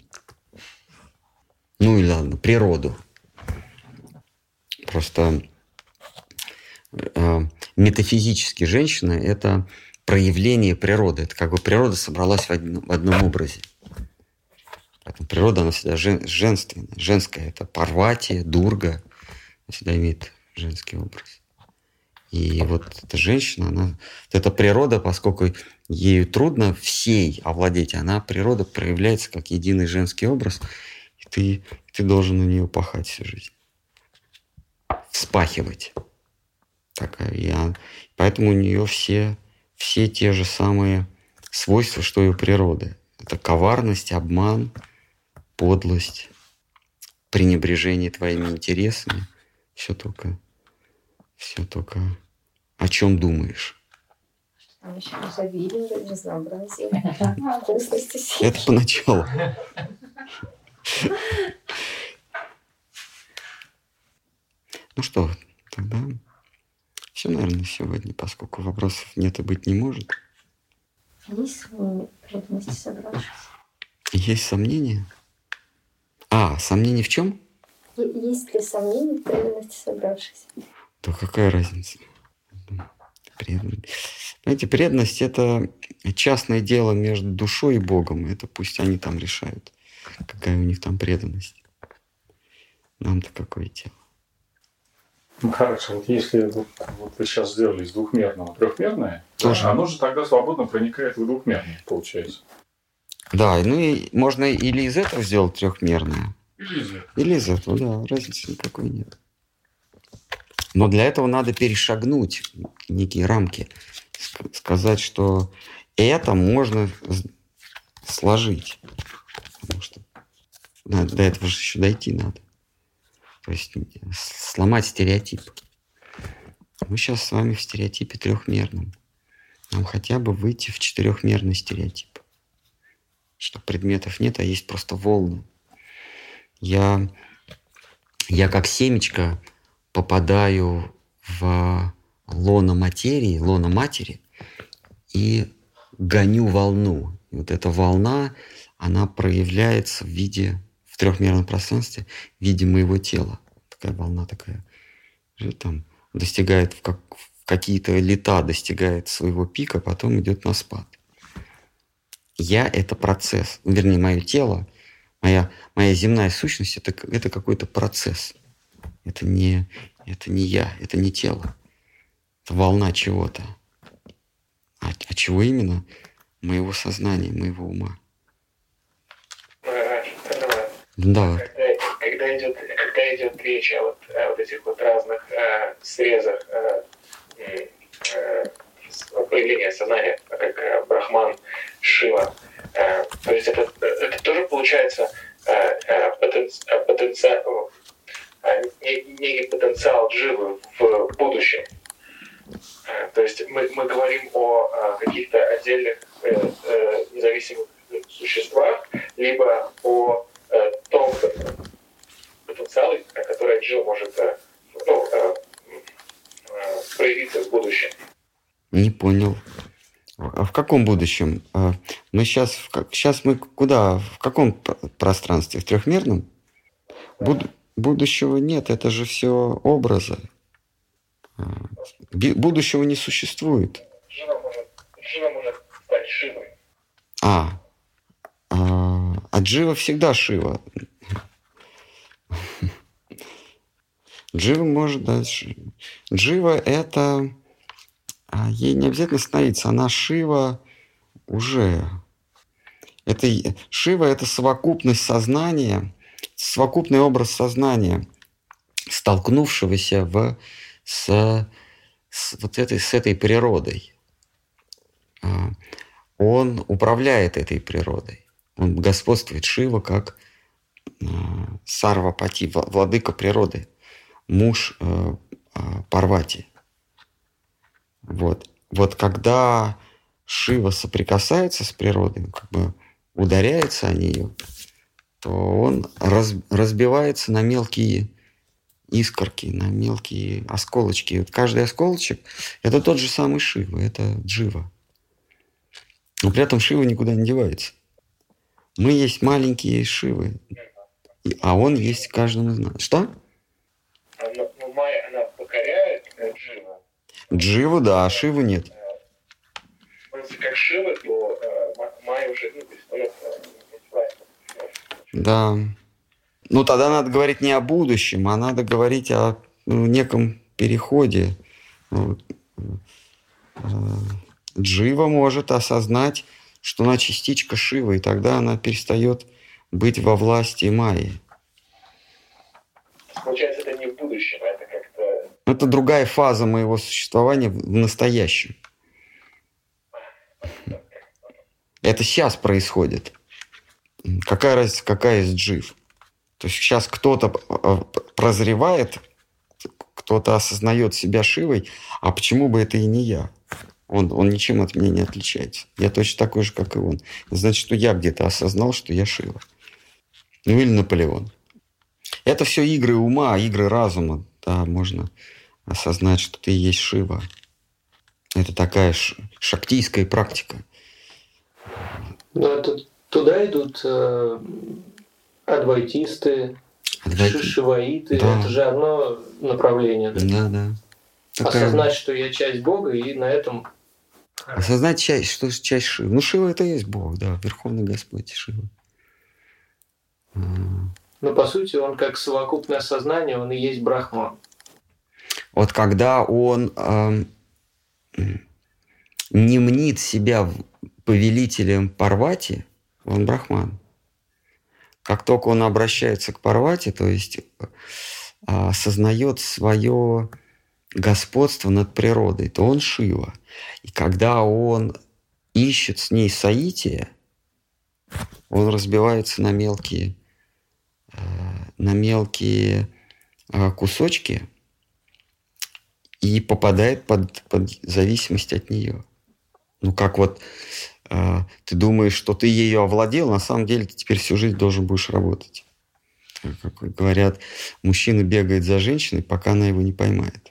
Ну и ладно, природу. Просто э, метафизически женщина – это проявление природы. Это как бы природа собралась в, один, в одном образе. Поэтому природа, она всегда жен, женственная. Женская – это Парвати, Дурга. Она всегда имеет женский образ. И вот эта женщина, она, вот эта природа, поскольку ею трудно всей овладеть, она, природа, проявляется как единый женский образ, и ты, ты должен на нее пахать всю жизнь. Вспахивать. Такая. И она, поэтому у нее все, все те же самые свойства, что и у природы. Это коварность, обман, подлость, пренебрежение твоими интересами. Все только, все только о чем думаешь. Там еще изобилие, разнообразие, вкусности. Это поначалу. Ну что, тогда все, наверное, сегодня, поскольку вопросов нет и быть не может. Есть сомнения в преданности собравшихся? Есть сомнения? А, сомнения в чем? Есть ли сомнения в преданности собравшихся? Да какая разница? Преданность. Знаете, преданность – это частное дело между душой и Богом. Это пусть они там решают, какая у них там преданность. Нам-то какое дело? Ну хорошо, вот если вот, вот вы сейчас сделали из двухмерного трехмерное, Тоже. оно же тогда свободно проникает в двухмерное, получается. Да, ну и можно или из этого сделать трехмерное, Или из этого. или из этого, да, разницы никакой нет. Но для этого надо перешагнуть некие рамки, сказать, что это можно сложить. Потому что надо, до этого же еще дойти надо. То есть сломать стереотип. Мы сейчас с вами в стереотипе трехмерном. Нам хотя бы выйти в четырехмерный стереотип. Что предметов нет, а есть просто волны. Я, я как семечко попадаю в лоно материи, лоно матери и гоню волну. И вот эта волна, она проявляется в виде, в трехмерном пространстве, в виде моего тела. Такая волна такая. Там достигает в, как, в какие-то лета, достигает своего пика, потом идет на спад. Я — это процесс. Вернее, мое тело, моя, моя земная сущность — это, это какой-то процесс. Это не, это не я, это не тело. Это волна чего-то. А, а чего именно? Моего сознания, моего ума. Да. Когда, когда, идет, когда идет речь о вот, о вот этих вот разных э, срезах э, э, проявления сознания, как э, Брахман, Шива, э, то есть это, это тоже получается э, э, потенци, потенциал, э, некий потенциал Дживы в будущем. Э, то есть мы, мы говорим о, о каких-то отдельных э, э, независимых существах, либо о том потенциале, который Джива может ну, проявиться в будущем. Не понял. А в каком будущем? Мы сейчас, сейчас мы куда? В каком пространстве? В трехмерном? Буд, будущего нет, это же все образы. Будущего не существует. Джива может А, а, а Джива всегда Шива. Джива может дальше. Джива это... Ей не обязательно становиться. Она Шива уже. Это, Шива это совокупность сознания, совокупный образ сознания, столкнувшегося в, с, с, вот этой, с этой природой. Он управляет этой природой. Он господствует. Шива как Сарвапати, владыка природы, муж Парвати. Вот. Вот когда Шива соприкасается с природой, как бы ударяется о нее, то он раз, разбивается на мелкие искорки, на мелкие осколочки. И вот каждый осколочек – это тот же самый Шива, это Джива. Но при этом Шива никуда не девается. Мы есть маленькие Шивы, а он есть в каждом из нас. Что? Ну, Майя, она покоряет Джива. Дживу, да, а Шиву нет. Как Шива, то Майя уже не перестает власть. Да. Ну, тогда надо говорить не о будущем, а надо говорить о ну, неком переходе. Джива может осознать, что она частичка Шивы, и тогда она перестает быть во власти Майи. Получается, это не в будущем, это как-то... Это другая фаза моего существования в настоящем. Это сейчас происходит. Какая разница, какая из Джив? То есть сейчас кто-то прозревает, кто-то осознает себя Шивой, а почему бы это и не я? Он, он ничем от меня не отличается. Я точно такой же, как и он. Значит, что я где-то осознал, что я Шива. Ну или Наполеон. Это все игры ума, игры разума. Да, можно осознать, что ты и есть Шива. Это такая шактийская практика. Ну, это туда идут э, адвайтисты, Адвайти... шиваиты. Да. Это же одно направление. Да, да. да. Такая... Осознать, что я часть Бога, и на этом... Осознать, часть, что часть Шивы. Ну, Шива это и есть Бог, да, Верховный Господь Шива. Ну, по сути, он как совокупное сознание, он и есть Брахман. Вот когда он э, не мнит себя повелителем Парвати, он Брахман. Как только он обращается к Парвати, то есть э, осознает свое господство над природой, то он Шива. И когда он ищет с ней соитие, он разбивается на мелкие, э, на мелкие э, кусочки и попадает под, под зависимость от нее. Ну, как вот э, ты думаешь, что ты ее овладел, на самом деле ты теперь всю жизнь должен будешь работать. Как говорят, мужчина бегает за женщиной, пока она его не поймает.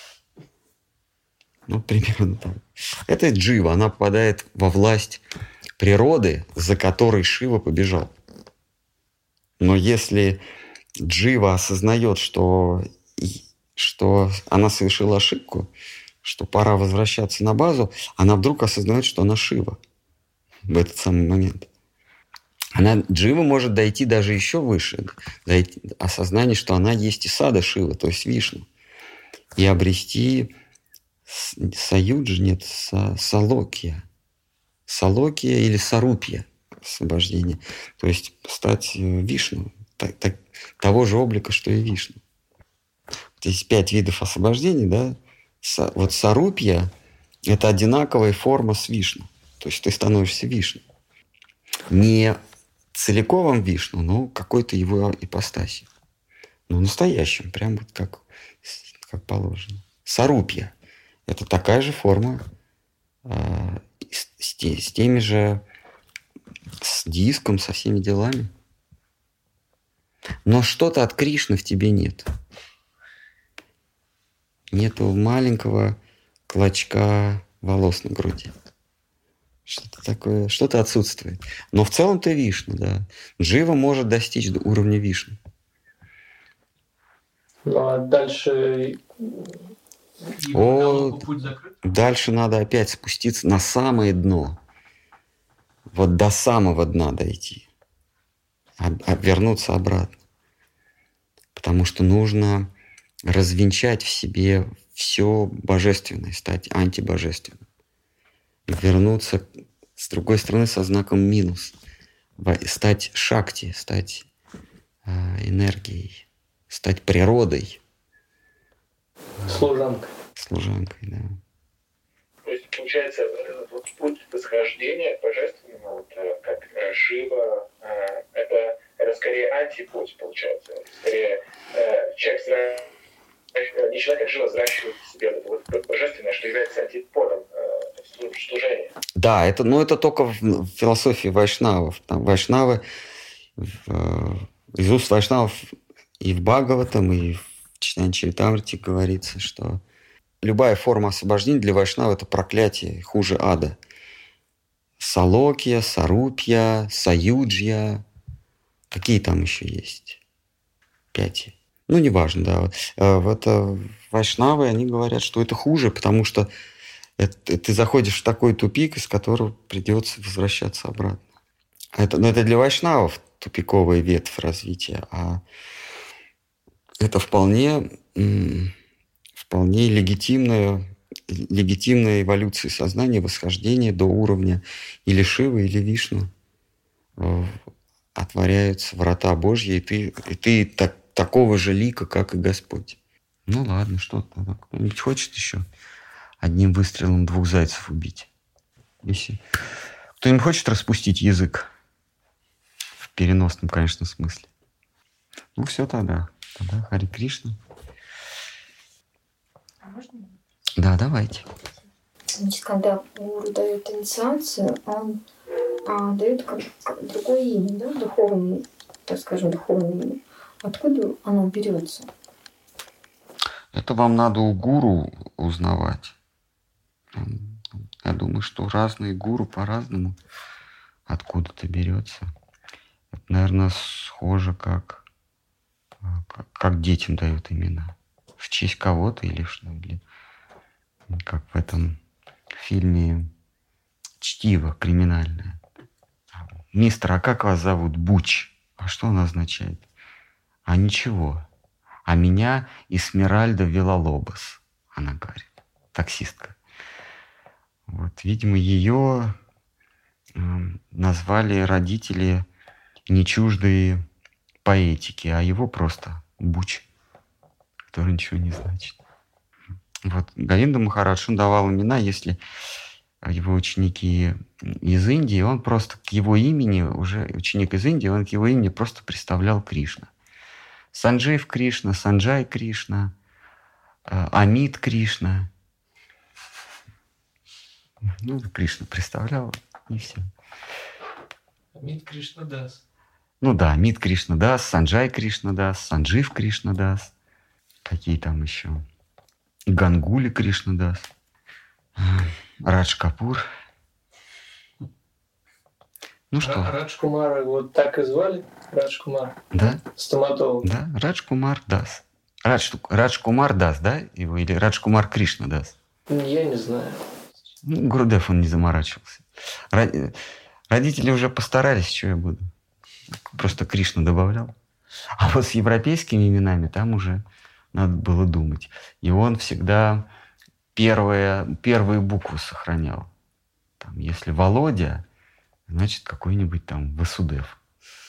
Ну, примерно так. Это Джива, она попадает во власть природы, за которой Шива побежал. Но если Джива осознает, что, что она совершила ошибку, что пора возвращаться на базу, она вдруг осознает, что она Шива в этот самый момент. Она, Джива может дойти даже еще выше, дойти, осознание, что она есть и сада Шива, то есть Вишну, и обрести Саюджи, нет, Салокия. Салокия или Сарупья, освобождение. То есть стать Вишну, так, так, того же облика, что и Вишну. Есть пять видов освобождений, да? Са, вот Сарупья – это одинаковая форма с Вишну. То есть ты становишься Вишну. Не целиковым Вишну, но какой-то его ипостасью. Ну, настоящим, прям вот как, как положено. Сарупья. Это такая же форма э, с, те, с теми же, с диском, со всеми делами. Но что-то от Кришны в тебе нет. Нету маленького клочка волос на груди. Что-то такое, что-то отсутствует. Но в целом ты Вишну, да. Джива может достичь до уровня Вишну. Ну, а дальше... О, дальше надо опять спуститься на самое дно. вот до самого дна дойти, а, а вернуться обратно. Потому что нужно развенчать в себе все божественное, стать антибожественным. Вернуться, с другой стороны, со знаком минус. Стать шакти, стать э, энергией, стать природой. Служанкой. Служанкой, да. То есть, получается, вот путь восхождения к божественному, вот, как Шива, это, это скорее антипуть, получается. Скорее, человек взра... не человек, а Шива взращивает в себе это вот божественное, что является антиподом служения. Да, это, но это только в философии вайшнавов. Там вайшнавы, в, из уст вайшнавов и в Бхагаватам, и в Чайтанья-чаритамрите говорится, что любая форма освобождения для вайшнава – это проклятие, хуже ада. Салокья, Сарупья, Саюджья. Какие там еще есть? Пять. Ну, неважно, да. Вот, вот вайшнавы, они говорят, что это хуже, потому что это, ты заходишь в такой тупик, из которого придется возвращаться обратно. Это, но это для вайшнавов тупиковая ветвь развития, а это вполне, вполне легитимная, легитимная эволюция сознания, восхождение до уровня или Шивы, или Вишну. Отворяются врата Божьи, и ты, и ты так, такого же лика, как и Господь. Ну ладно, что тогда? Кто-нибудь хочет еще одним выстрелом двух зайцев убить? Если... Кто-нибудь хочет распустить язык? В переносном, конечно, смысле. Ну все тогда. Тогда Хари Кришна. А можно? Да, давайте. Значит, когда гуру дает инициацию, он а, дает как, как другое имя, да, духовное, так скажем, духовное имя. Откуда оно берется? Это вам надо у гуру узнавать. Я думаю, что разные гуру по-разному откуда-то берется. Это, наверное, схоже, как, как, как детям дают имена. В честь кого-то или что? Или как в этом фильме «Чтиво» криминальное. Мистер, а как вас зовут? Буч. А что он означает? А ничего. А меня Эсмеральда Вилалобос. Она говорит. Таксистка. Вот, видимо, ее э, назвали родители не чуждые поэтики, а его просто Буч, который ничего не значит. Вот Говинда Махарадж, он давал имена, если его ученики из Индии, он просто к его имени, уже ученик из Индии, он к его имени просто представлял Кришна. Санджив Кришна, Санджай Кришна, э, Амит Кришна. Ну, Кришна представлял, и все. Амит Кришна Дас. Ну да, Амит Кришна Дас, Санджай Кришна Дас, Санджив Кришна Дас. Какие там еще? Гангули Кришна Дас. Радж Капур. Ну что? Радж Кумара вот так и звали? Радж Кумар. Да? Стоматолог. Да, Радж Кумар Дас. Радж, Радж Кумар Дас, да? Его, или Радж Кумар Кришна Дас? Я не знаю. Ну, Гурудев, он не заморачивался. Родители уже постарались, что я буду. Просто Кришна добавлял. А вот с европейскими именами там уже надо было думать. И он всегда первые, первые буквы сохранял. Там, если Володя, значит, какой-нибудь там Васудев.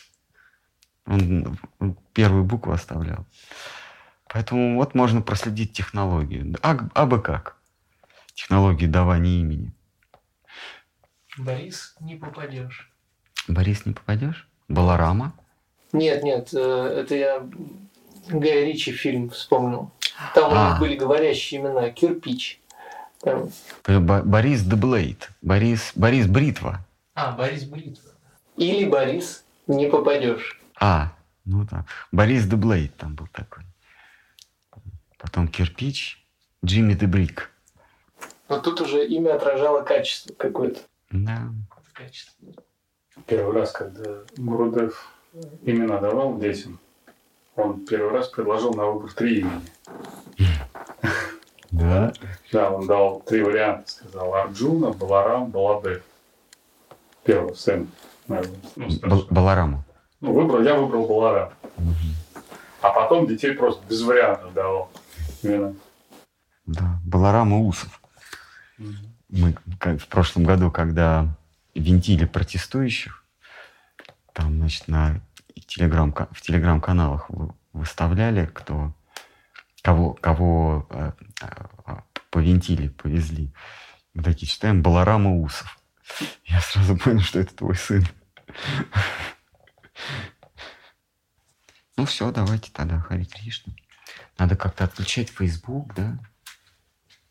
Он, он первую букву оставлял. Поэтому вот можно проследить технологию. А, а бы как? Технологию давания имени. Борис не попадешь. Борис не попадешь? Баларама? Нет, нет, это я Гая Ричи фильм вспомнил. Там А. у них были говорящие имена. Кирпич. Там. Борис де Блейд. Борис, Борис Бритва. А, Борис Бритва. Или Борис не попадешь. А, ну да. Борис де Блейд там был такой. Потом Кирпич, Джимми де Брик. Но тут уже имя отражало качество какое-то. Да. Качество. Первый раз, когда Гурудев имена давал детям, он первый раз предложил на выбор три имени. Да. Да, он дал три варианта, сказал: Арджуна, Баларам, Баладев. первый сын, наверное. Ну, Бал- Балараму. ну, выбрал, я выбрал Балараму. Угу. А потом детей просто без вариантов давал. Именно. Да, Баларама Усов. Угу. Мы как, в прошлом году, когда винтили протестующих, там, значит, на телеграм, в телеграм-каналах выставляли, кто, кого, кого э, э, повинтили, повезли. Мы такие читаем Баларама Усов. Я сразу понял, что это твой сын. Ну все, давайте тогда, Хари Кришна. Надо как-то отключать Facebook, да?